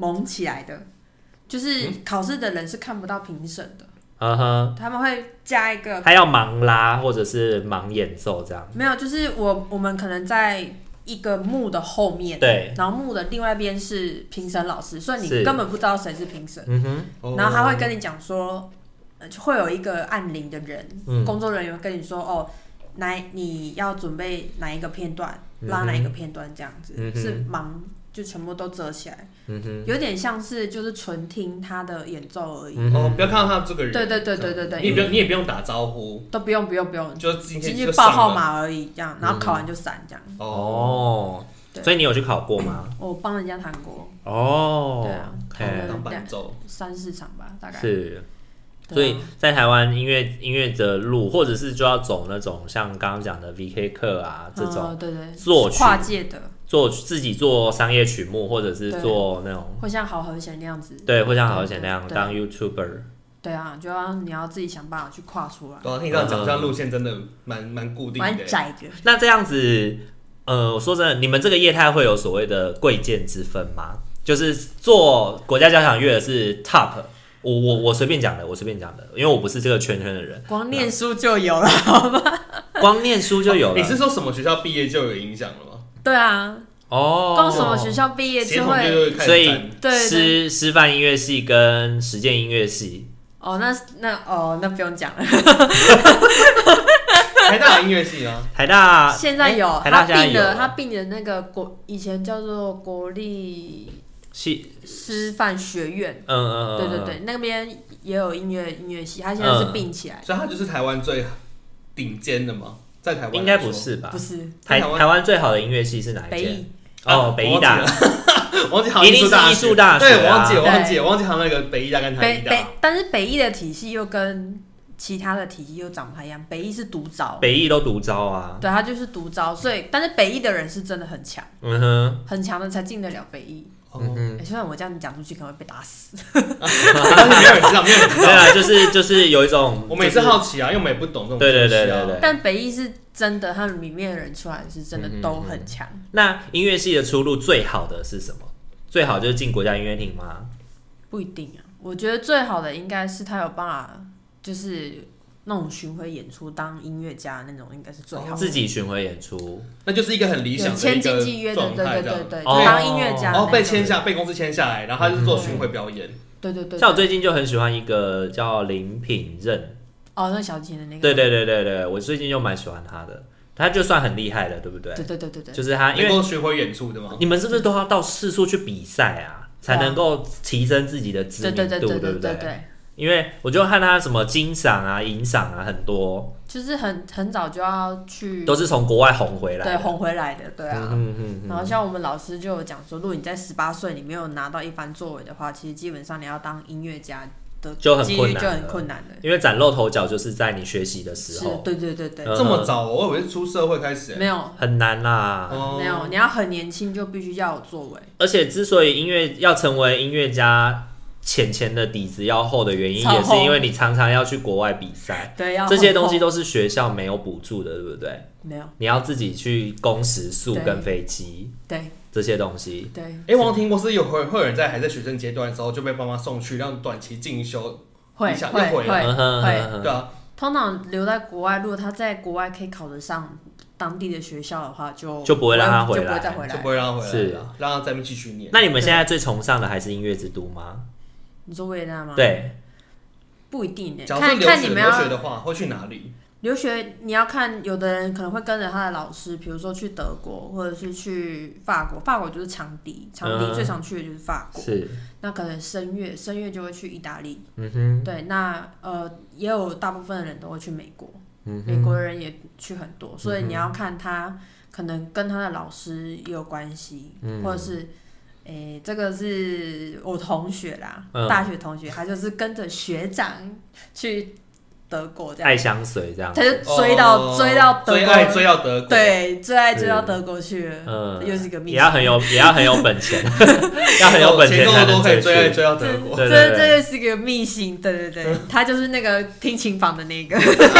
蒙起来的，就是考试的人是看不到评审的。 嗯哼， 他们会加一个， 他要盲拉或者是盲演奏这样。 没有，就是我我们可能在一个幕的后面， 对， 然后幕的另外一边是评审老师，所以你根本不知道谁是评审。 嗯哼， 然后他会跟你讲说，呃，会有一个按铃的人，嗯、工作人员会跟你说，哦，哪你要准备哪一个片段，拉哪一个片段这样子，嗯、是盲。就全部都遮起来，嗯哼，有点像是就是纯听他的演奏而已。 嗯、哦，不要看到他这个人。 对对对对对对， 你也不用，你也不用打招呼， 都不用不用不用， 就进去报号码而已，这样，然后考完就散这样。 嗯、哦，所以你有去考过吗？ 我帮人家弹过。 哦， 对啊， 弹了伴奏三四场吧，大概是。所以在台湾音乐音乐的路，或者是就要走那种像刚刚讲的 V K 课啊这种， 嗯、对对， 作曲跨界的。 做自己做商业曲目，或者是做那种， 会像好和弦那样子， 对，会像好和弦那样当 YouTuber。 对啊，就要你要自己想办法去跨出来。 对啊，听你这样讲，这样路线真的蛮蛮固定的， 蛮窄的。 那这样子，呃，我说真的，你们这个业态会有所谓的贵贱之分吗？就是做国家交响乐的是 top。我我我随便讲的，我随便讲的，因为我不是这个圈圈的人。 光念书就有了，好吧？ 光念书就有了。 你是说什么学校毕业就有影响了吗？ 对啊， 哦， 光什么学校毕业就会， 所以师师范音乐系跟实践音乐系。 哦，那那哦，那不用讲了。 台大音乐系吗？ 台大现在有， 台大现在有， 他并的他并的那个国以前叫做国立系师范学院。 嗯嗯嗯， 对对对，那边也有音乐音乐系，他现在是并起来， 所以他就是台湾最顶尖的嘛。在台湾应该不是吧？ 不是， 台台湾最好的音乐系是哪一间？ 北艺。 哦，北艺大， 忘记好一定是艺术大学。 对，我忘记，我忘记，我忘记他那个北艺大跟台艺大。 但是北艺的体系又跟其他的体系又长不太一样。北艺是独招， 北艺都独招啊。 对，他就是独招，所以但是北艺的人是真的很强，嗯哼，很强的才进得了北艺。嗯嗯，欸、虽然我这样讲出去可能会被打死， 但是没有人知道，没有人知道。 对啊，就是就是有一种， 我们也是好奇啊，因为我们也不懂这种。 对对对对对。 但北艺是真的，他们里面的人出来是真的都很强、嗯嗯。 那音乐系的出路最好的是什么？最好就是进国家音乐厅吗？ 不一定啊，我觉得最好的应该是他有办法，就是那种巡回演出当音乐家那种，应该是最好的。 自己巡回演出， 那就是一个很理想的签经纪约的，对对对对，哦、当音乐家， 然后被签下，被公司签下来，然后他就是做巡回表演。 嗯、对对对。 像我最近就很喜欢一个叫林品任。 哦，那小提琴的那个。 对对对对对，我最近就蛮喜欢他的，他就算很厉害了，对不对？ 对对对对对。 就是他，因为巡回演出的嘛。 你们是不是都要到四处去比赛啊，才能够提升自己的知名度，对不对？因为我就看他什么金赏啊、银赏啊，很多， 就是很很早就要去， 都是从国外红回来的， 对，红回来的，对啊。嗯嗯嗯、然后像我们老师就有讲说，如果你在十八岁你没有拿到一番作为的话，其实基本上你要当音乐家的就很困难， 就很困难的， 因为崭露头角就是在你学习的时候。 对对对对， 这么早，我以为是出社会开始， 没有， 很难啦， 哦、没有，你要很年轻就必须要有作为。 而且之所以音乐要成为音乐家，浅浅的底子要厚的原因，也是因为你常常要去国外比赛， 对，要这些东西都是学校没有补助的，对不对？ 没有， 你要自己去供食宿跟飞机， 对， 这些东西。 对， 哎、欸，我有听过是有会会有人在还在学生阶段的时候就被爸妈送去，让短期进修， 会会会会会， 对啊。 通常留在国外，如果他在国外可以考得上当地的学校的话，就就不会让他回来， 就不会再回来， 就不会让他回来， 是让他在那边继续念。 那你们现在最崇尚的还是音乐之都吗？ 你说维也纳吗？ 对， 不一定诶、欸。 假如留学留学的话，会去哪里？ 留学你要看，有的人可能会跟着他的老师，比如说去德国，或者是去法国。法国就是长笛，长笛最常去的就是法国。 是。 那可能声乐，声乐就会去意大利。 嗯哼。 对，那呃，也有大部分的人都会去美国。嗯。美国人也去很多，所以你要看他可能跟他的老师也有关系，嗯、或者是。诶、欸，这个是我同学啦，嗯、大学同学，他就是跟着学长去德国这样， 爱相随这样， 他就追到、哦、追到德国， 追爱追到德国， 对，追爱追到德国去了， 嗯， 又是一个秘辛， 也要很有也要很有本钱，要很有本钱才能追追爱追到德国， 这这这又是一个秘辛，对对对，他就是那个听琴房的那个，好可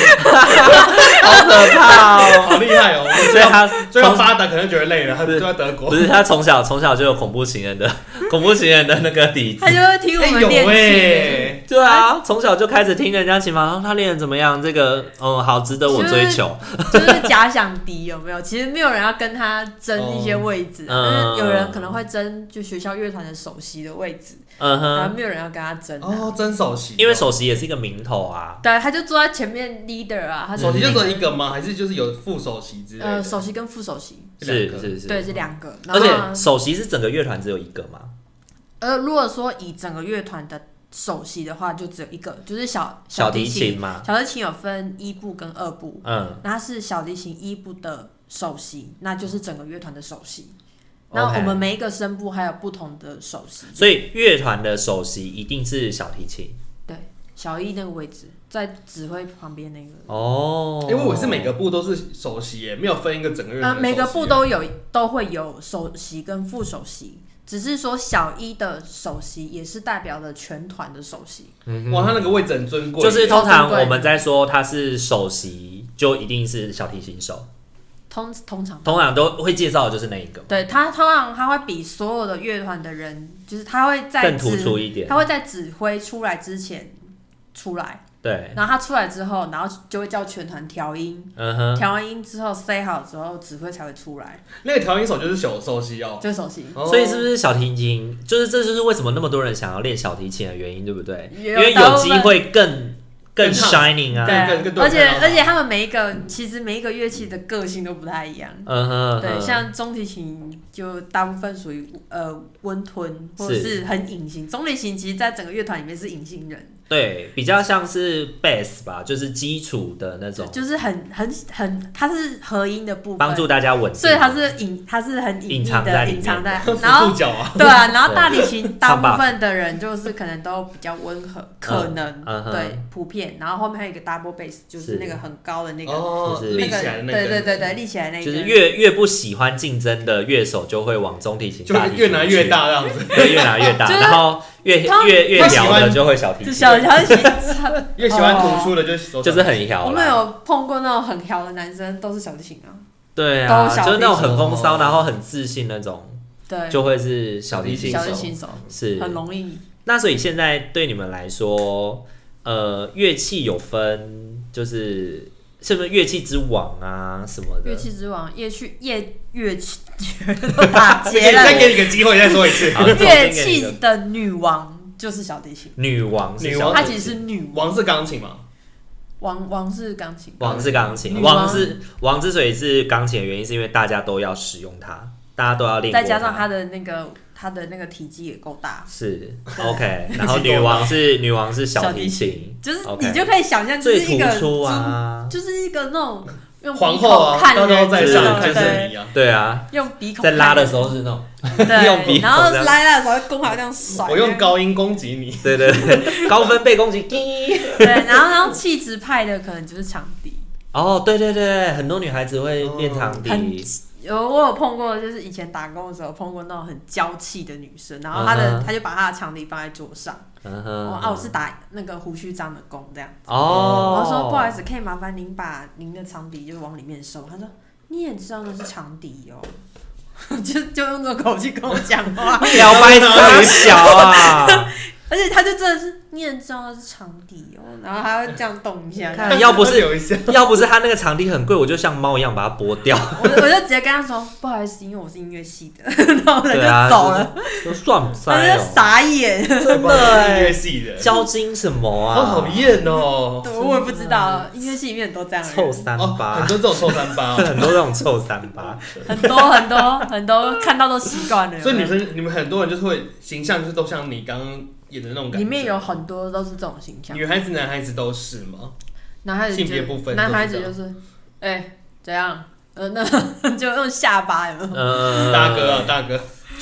怕哦， 好厉害哦， 所以他追到发达可能觉得累了，他追到德国， 不是他从小从小就有恐怖情人的恐怖情人的那个底子， 他就会听我们练琴、欸， 对啊，从小就开始听人家琴房，然后他练得怎么样？这个嗯，好值得我追求， 就是、就是假想敌有没有？其实没有人要跟他争一些位置，但、嗯、是有人可能会争就学校乐团的首席的位置，嗯哼，然后没有人要跟他争、啊、 哦，争首席， 因为首席也是一个名头啊， 对，他就坐在前面 leader 啊，他首席就只有一个吗？还是就是有副首席之类的？ 呃，首席跟副首席是是是， 对，是两个， 而且首席是整个乐团只有一个吗？ 呃，如果说以整个乐团的首席的话，就只有一个，就是小小提琴嘛。 小提琴有分一部跟二部，嗯，那它是小提琴一部的首席，那就是整个乐团的首席。那我们每一个声部还有不同的首席， 所以乐团的首席一定是小提琴。 对，小一那个位置，在指挥旁边那个。 哦，因为我是每个部都是首席耶，没有分一个整个乐团的首席。呃， 每个部都有都会有首席跟副首席。只是说小一的首席也是代表了全团的首席， 嗯、哇，他那个位置很尊贵。 就是通常我们在说他是首席，就一定是小提琴手。 通通常通常都会介绍的就是那一个。 对，他通常他会比所有的乐团的人，就是他会在更突出一点， 他会在指挥出来之前出来。 对， 然后他出来之后，然后就会叫全团调音，嗯哼，调完音之后 say 好之后，指挥才会出来。 那个调音手就是首首席哦， 就是首席。 哦、所以是不是小提琴？就是这就是为什么那么多人想要练小提琴的原因，对不对？因为有机会更更 shining 啊， 对，而且而且他们每一个其实每一个乐器的个性都不太一样。嗯哼，对，像中提琴就大部分属于呃温吞或者是很隐形，中提琴其实在整个乐团里面是隐形人。 对，比较像是 bass 吧，就是基础的那种， 就是很很很，它是合音的部分， 帮助大家稳定， 所以它是隐，它是很隐秘的，隐藏在，然后辅助角啊， 对啊，然后大提琴大部分的人就是可能都比较温和，可能、嗯、对普遍，然后后面还有一个 double bass， 就是那个很高的那个， 哦， 就是立起来的那个， 对对对对，立起来那个， 就是越越不喜欢竞争的乐手就会往中提琴， 就越拿越大这样子， 对，越拿越大，然后越越越摇的就会小提琴， 小小提琴。 越喜欢突出的就手就是很摇。 我们有碰过那种很摇的男生，都是小提琴啊。 对啊，就是那种很风骚，然后很自信那种，对，就会是小提琴手。 小提琴手是很容易。 那所以现在对你们来说，呃，乐器有分，就是是不是乐器之王啊什么的？ 乐器之王，乐器乐乐器都打结了。 再给你个机会，再说一次。 乐器的女王。就是小提琴， 女王是小提琴， 女王她其实是女王，王是钢琴吗？ 王王是钢琴， 王是钢琴，王是王之所以是钢琴的原因，是因为大家都要使用它，大家都要练过它， 再加上它的那个它的那个体积也够大， 是 OK。然后女王是女王是小提琴， 就是你就可以想象，就是一个最突出啊， 就是一个那种。用皇后啊，高高在上看着你啊， 对啊， 用鼻孔在拉的时候是那种， 对， 用鼻孔， 然后拉拉的时候弓好像甩， 我用高音攻击你， 对对对，高分贝攻击， 对，然后然后气质派的可能就是长笛， 哦，对对对，很多女孩子会练长笛。 有我有碰过，就是以前打工的时候碰过那种很娇气的女生，然后她的她、uh huh. 就把她的长笛放在桌上，嗯哼、uh， huh. 啊，我是打那个胡须章的工这样，哦，我说不好意思，可以麻烦您把您的长笛就往里面收，他说你也知道那是长笛哦，就就用这种口气跟我讲话， 摇摆太小啊。 而且他就真的是，你也知道那是长笛哦，然后还会这样动一下。 看，要不是要不是他那个长笛很贵，我就像猫一样把它剥掉。 我我就直接跟他说，不好意思，因为我是音乐系的，然后人就走了。 都算不塞哦，傻眼， 真的音乐系的交金什么啊？ 好讨厌哦！ 我也不知道，音乐系里面很多这样的人， 臭三八， 很多这种臭三八， 很多这种臭三八， 很多很多很多看到都习惯了。 所以女生你们很多人就是会形象就是都像你刚刚。演的那种感觉里面有很多都是这种形象， 女孩子、男孩子都是吗？ 男孩子性别不分， 男孩子就是，哎、欸，怎样？呃，那就用下巴有没有？ 呃，大哥啊，大哥，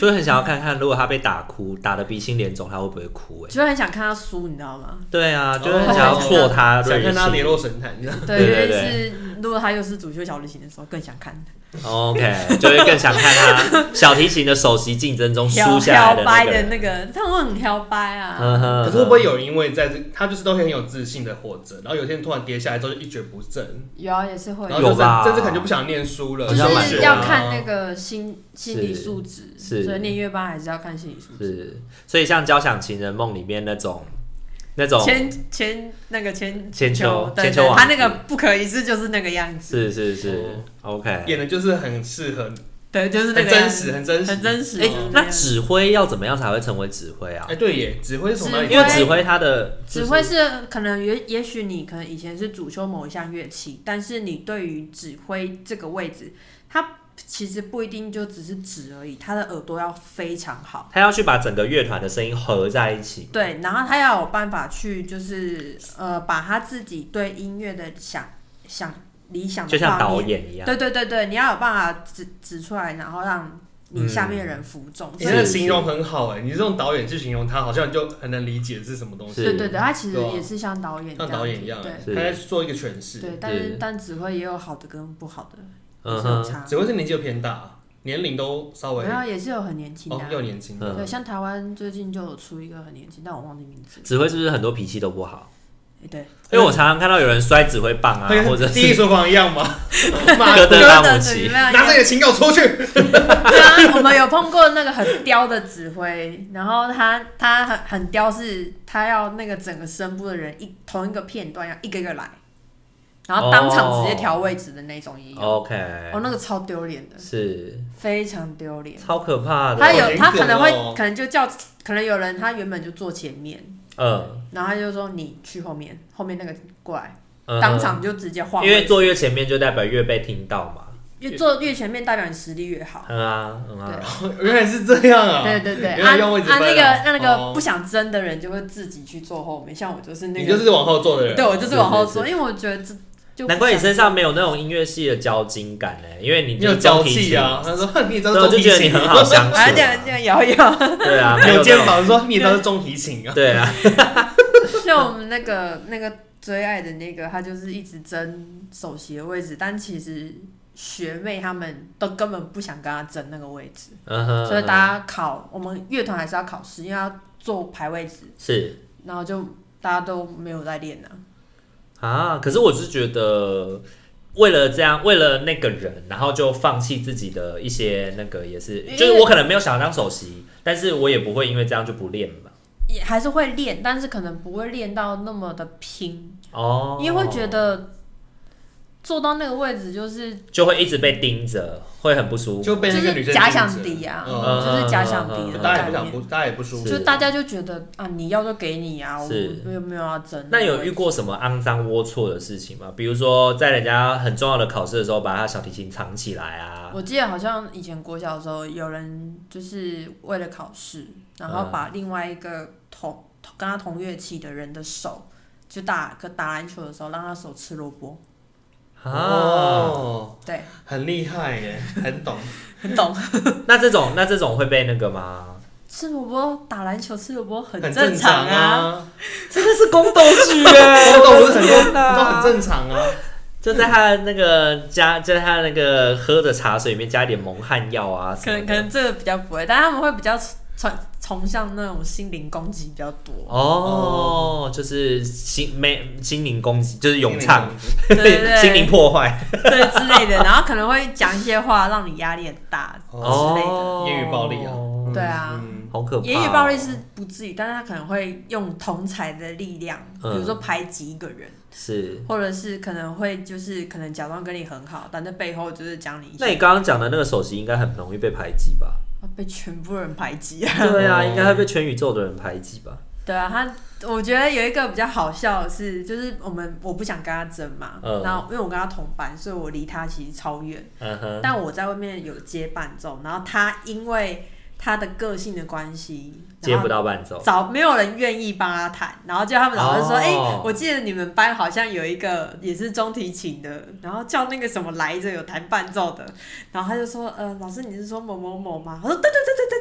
就会很想要看看，如果他被打哭，打得鼻青脸肿，他会不会哭、欸？ 就会很想看他输，你知道吗？ 对啊，就会很想要挫他， 哦、想看他跌落神坛。 对，因为是如果他又是主修小提琴的时候，更想看。 OK， 就会更想看他小提琴的首席竞争中输下来的那个的那个，他们很挑掰啊。 呵呵可是会不会有人因为在这，他就是都很有自信的活着，然后有一天突然跌下来之后就一蹶不振？ 有啊，也是会。 然后就是甚至可能就不想念书了。 就是要看那个心心理素质， 是， 所以念乐班还是要看心理素质。 是，所以像《交响情人梦》里面那种。那种千千那个千千秋千秋，他那个不可一世就是那个样子。 是是是、哦、，OK， 演的就是很适合， 对，就是那个很真实，很真实， 很真实。 哎、欸，那指挥要怎么样才会成为指挥啊？ 哎、欸，对耶，指挥是从哪里？ 因为指挥他的、 就是、指挥是可能也也许你可能以前是主修某一项乐器，但是你对于指挥这个位置，他。其实不一定就只是指而已，他的耳朵要非常好， 他要去把整个乐团的声音合在一起。 对，然后他要有办法去，就是呃，把他自己对音乐的想想理想的画面， 就像导演一样。 对对对对，你要有办法指指出来，然后让你下面的人服众。 你、嗯、的形容很好哎，你这种导演去形容他，好像就很能理解是什么东西。 对对对，他其实也是像导演， 像导演一样， 对， 他在做一个诠释。 对，但是但指挥也有好的跟不好的。 嗯哼， 指挥是年纪又偏大，年龄都稍微， 没有，也是有很年轻的、啊， 哦，又年轻的。 对，像台湾最近就有出一个很年轻，但我忘记名字。 指挥是不是很多脾气都不好？ 欸、对， 因为我常常看到有人摔指挥棒啊，或者是第一书房一样吗？ 哥德拉姆齐， 拿着你的琴给我出去。 对啊，我们有碰过那个很刁的指挥，然后他他很很刁，是他要那个整个声部的人一同一个片段要一个一个来。然后当场直接调位置的那种也有。 OK， 哦，那个超丢脸的， 是非常丢脸， 超可怕的。 他有他可能会可能就叫，可能有人他原本就坐前面， 嗯， 然后他就说你去后面，后面那个过来，嗯、当场就直接换位置。 因为坐越前面就代表越被听到嘛。 越坐越前面代表你实力越好。 嗯啊，嗯啊， 原来是这样啊！ 对对对， 原来用位置啊，啊那个那那个哦、 不想争的人就会自己去坐后面，像我就是那个， 你就是往后坐的人。 对，我就是往后坐，因为我觉得这。 难怪你身上没有那种音乐系的交金感呢、欸，因为你有娇气啊。他说你也知道中提琴， 就觉得你很好相处、啊。 这样这样摇摇。 对啊， 有肩膀说你也知道是中提琴啊。 对啊。 像我们那个那个最爱的那个，他就是一直争首席的位置，但其实学妹他们都根本不想跟他争那个位置。 嗯哼。 所以大家考我们乐团还是要考试，因为要做排位置。 是。 然后就大家都没有在练啊。 啊！可是我是觉得，为了这样，为了那个人，然后就放弃自己的一些那个，也是，就是我可能没有想要当首席，但是我也不会因为这样就不练嘛。 也还是会练，但是可能不会练到那么的拼哦， 因为会觉得坐到那个位置就是就会一直被盯着，会很不舒服， 就被那个女生假想敌啊， 嗯、 就是假想敌的大家也不想不，大家也不舒服， 就大家就觉得啊，你要就给你啊，我又没有要争。 那有遇过什么肮脏龌龊的事情吗？比如说在人家很重要的考试的时候，把他小提琴藏起来啊？ 我记得好像以前国小的时候，有人就是为了考试，然后把另外一个同跟他同乐器的人的手，就打打篮球的时候，让他手吃萝卜。 哦， 对， 很厉害耶，很懂， 很懂。 那这种那这种会被那个吗？ 吃萝卜打篮球吃萝卜很正常啊， 真的是宫斗剧耶， 宫斗不是很多都很正常啊。 就在他的那个加，就在他的那个喝的茶水里面加一点蒙汗药啊什么的， 可能可能这个比较不会，但他们会比较崇崇尚那种心灵攻击比较多。 哦，就是心没心灵攻击，就是咏唱， 对对对， 心灵破坏， 对之类的，然后可能会讲一些话让你压力很大之类的， 言语暴力啊， 对啊。 嗯好可怕、哦！ 言语暴力是不至于，但是他可能会用同侪的力量， 嗯、 比如说排挤一个人， 是， 或者是可能会就是可能假装跟你很好，但在背后就是讲你。 那你刚刚讲的那个首席应该很容易被排挤吧？ 被全部人排挤啊！ 对啊，应该会被全宇宙的人排挤吧？ 对啊，他我觉得有一个比较好笑的是，就是我们我不想跟他争嘛，嗯、然后因为我跟他同班，所以我离他其实超远，嗯、但我在外面有接伴奏，然后他因为他的个性的关系， 接不到伴奏， 找没有人愿意帮他弹，然后叫他们老师说：“哎、 哦欸，我记得你们班好像有一个也是中提琴的，然后叫那个什么来着有弹伴奏的。”然后他就说：“呃，老师你是说某某某吗？”我说：“对对对对对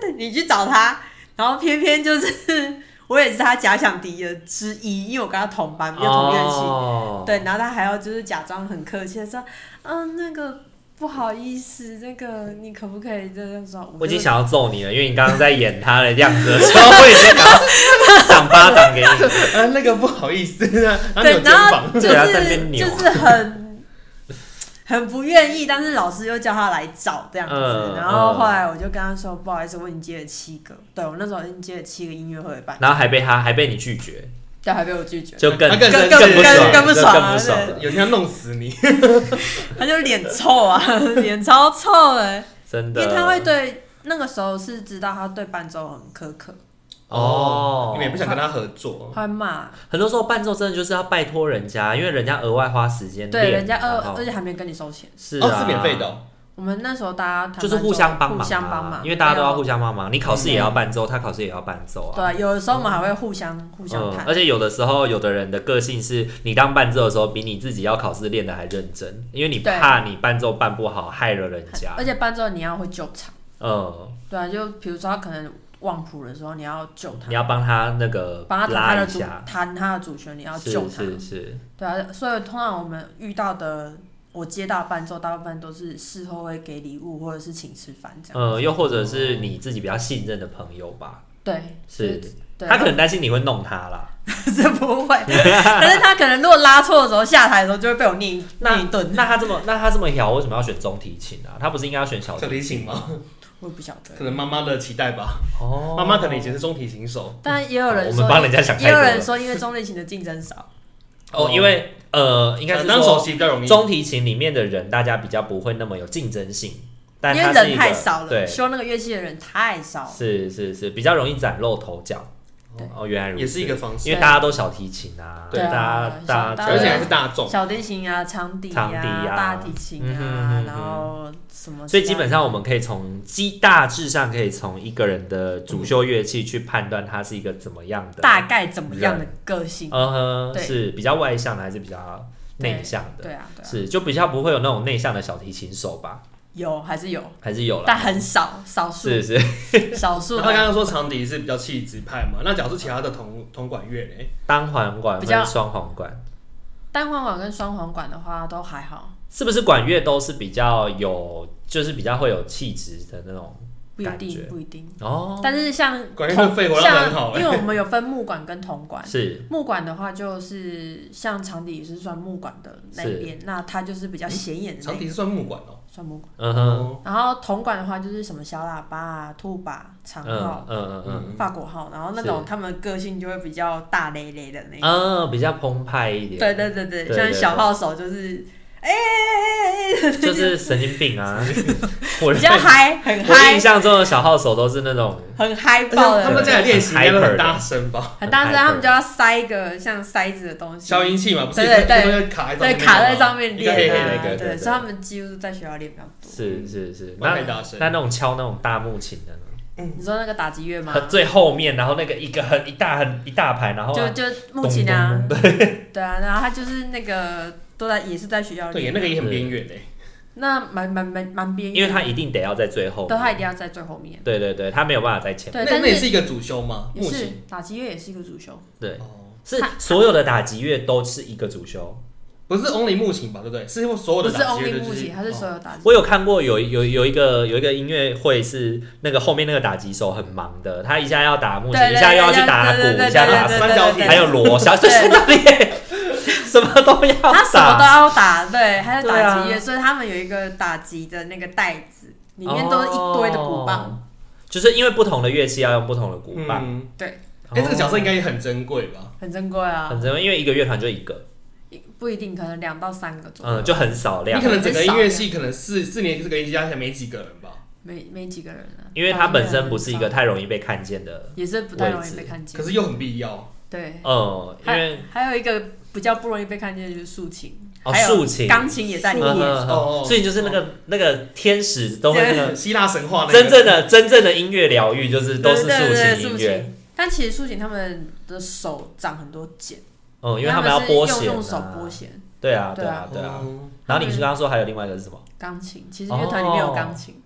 对，你去找他，然后偏偏就是我也是他假想敌的之一，因为我跟他同班，又同乐器，哦、对，然后他还要就是假装很客气的说，嗯，那个不好意思，那个你可不可以这样说？ 我已经想要揍你了，因为你刚刚在演他的样子的时候，我已经想要赏巴掌给你。 啊，那个不好意思，然后对，然后就是对就是很。很不愿意，但是老师又叫他来找这样子，嗯、然后后来我就跟他说，不好意思，我已经接了七个，对我那时候已经接了七个音乐会的班， 然后还被他还被你拒绝， 对，还被我拒绝， 就更更更更更不爽， 更不爽啊！ 有天要弄死你， 他就脸臭啊，脸超臭的， 真的， 因为他会对那个时候是知道他对伴奏很苛刻。 哦，你们也不想跟他合作， 他会骂。 很多时候伴奏真的就是要拜托人家，因为人家额外花时间练， 对，人家而而且还没跟你收钱， 是啊， 哦，是免费的、哦。 我们那时候大家就是互相帮忙、啊， 互相帮忙， 因为大家都要互相帮忙。你考试也要伴奏，他考试也要伴奏啊。 对，有的时候我们还会互相、嗯、互相弹、 嗯。而且有的时候，有的人的个性是你当伴奏的时候，比你自己要考试练的还认真，因为你怕你伴奏伴不好，害了人家。 而且伴奏你要会救场。 嗯。 对啊，就比如说他可能。忘谱的时候，你要救他， 你要帮他那个帮他弹他的主弹他的主旋律，要救他。 是是是， 对啊，所以通常我们遇到的，我接到伴奏，大部分都是事后会给礼物或者是请吃饭这样。 嗯，又或者是你自己比较信任的朋友吧。 对， 是，他可能担心你会弄他啦。 是不会，但是他可能如果拉错的时候下台的时候就会被我念念一顿。 那他这么那他这么摇，为什么要选中提琴啊？他不是应该要选小提琴吗？ 我也不晓得， 可能妈妈的期待吧。哦，妈妈可能以前是中提琴手， 但也有人说， 我们帮人家想太多了， 也有人说因为中提琴的竞争少。 哦，因为呃，应该是说当首席比较容易， 中提琴里面的人大家比较不会那么有竞争性，但因为人太少了， 对， 修那个乐器的人太少了， 是是是，比较容易崭露头角。哦，原来如此， 也是一个方式， 因为大家都小提琴啊， 对， 大家大家， 而且还是大众， 小提琴啊、长笛啊、大提琴啊，然后什么， 所以基本上我们可以从基大致上可以从一个人的主修乐器去判断他是一个怎么样的， 大概怎么样的个性， 嗯哼，是比较外向的还是比较内向的？ 对啊，对啊， 是就比较不会有那种内向的小提琴手吧？ 有还是有， 还是有啦， 但很少，少数是是少数。 他刚刚说长笛是比较气质派嘛，那假如是其他的铜铜管乐嘞， 单簧管跟双簧管， 单簧管跟双簧管的话都还好。 是不是管乐都是比较有，就是比较会有气质的那种？ 不一定，不一定哦。 但是像管乐肺活量很好， 因为我们有分木管跟铜管。 是木管的话，就是像长笛也是算木管的那边，那它就是比较显眼的。 长笛是算木管哦， 算木管。 嗯哼。 然后铜管的话，就是什么小喇叭啊、兔把、长号、 嗯嗯嗯、 法国号，然后那种他们个性就会比较大咧咧的那种。 嗯，比较澎湃一点。 对对对对，对像小号手就是。哎、 欸，就是神经病啊！我比较嗨，很嗨。 我印象中的小号手都是那种很嗨爆的。 他们在练习应该都很大声吧？ 很大声，他们就要塞一个像塞子的东西， 消音器嘛，不是？ 对对对， 卡在对卡在上面练啊， 对对，所以他们几乎在学校练比较多。 是是是， 那那那种敲那种大木琴的呢？ 你说那个打击乐吗？ 最后面，然后那个一个很一大很一大排，然后就就木琴啊，对对啊，然后他就是那个。都在也是在学校里， 对，那个也很边缘诶。 那蛮蛮蛮蛮边缘， 因为他一定得要在最后面， 对，他一定要在最后面。 对对对，他没有办法在前面。 对， 那也是一个主修吗？ 也是打击乐也是一个主修。 对，是所有的打击乐都是一个主修， 不是 only 木琴吧？对不对？是所有的打击乐不是 only 木琴，它是所有打击。 我有看过有有有一个有一个音乐会是那个后面那个打击手很忙的，他一下要打木琴，一下又要去打鼓，一下打三角铁， 还有锣，小三角铁。什么都要打， 他什么都要打，对，还有打击乐，啊、所以他们有一个打击的那个袋子，里面都是一堆的鼓棒、哦， 就是因为不同的乐器要用不同的鼓棒， 嗯、 对。 哎、欸，这个角色应该也很珍贵吧？ 很珍贵啊， 很珍贵，因为一个乐团就一个， 不一定，可能两到三个左右， 嗯，就很少量。 你可能整个音乐系可能四四年这个音乐加起来没几个人吧？ 没没几个人啊， 因为它本身不是一个太容易被看见的， 也是不太容易被看见， 可是又很必要。 对， 嗯，因为还有一个比较不容易被看见的就是竖琴， 哦，竖琴， 钢琴也在里面， 哦，所以就是那个那个天使都会那个希腊神话， 真正的真正的音乐疗愈就是都是竖琴音乐。 但其实竖琴他们的手长很多茧， 哦，因为他们要拨弦， 用手拨弦。 对啊，对啊，对啊。然后你刚刚说还有另外一个是什么？ 钢琴，其实乐团里面有钢琴。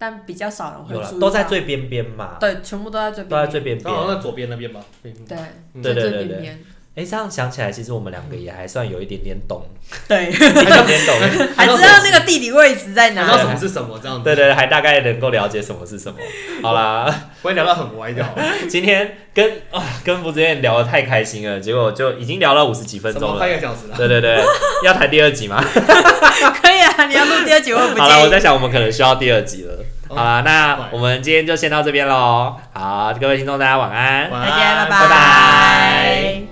但比较少人会注意到， 都在最边边嘛。 对，全部都在最边边， 都在最边边， 好像在左边那边吧。 对， 对对对对。哎，这样想起来，其实我们两个也还算有一点点懂， 对， 一点点懂， 还知道那个地理位置在哪， 知道什么是什么这样子。 对对对，还大概能够了解什么是什么。好啦， 不会聊到很歪掉。 今天跟啊跟福子苑聊得太开心了，结果就已经聊了五十几分钟了， 半个小时了。 对对对，要谈第二集吗？ 可以啊，你要录第二集我不介意。 好了，我在想我们可能需要第二集了。好啦，那我们今天就先到这边喽。好，各位听众大家晚安， 大家拜拜拜。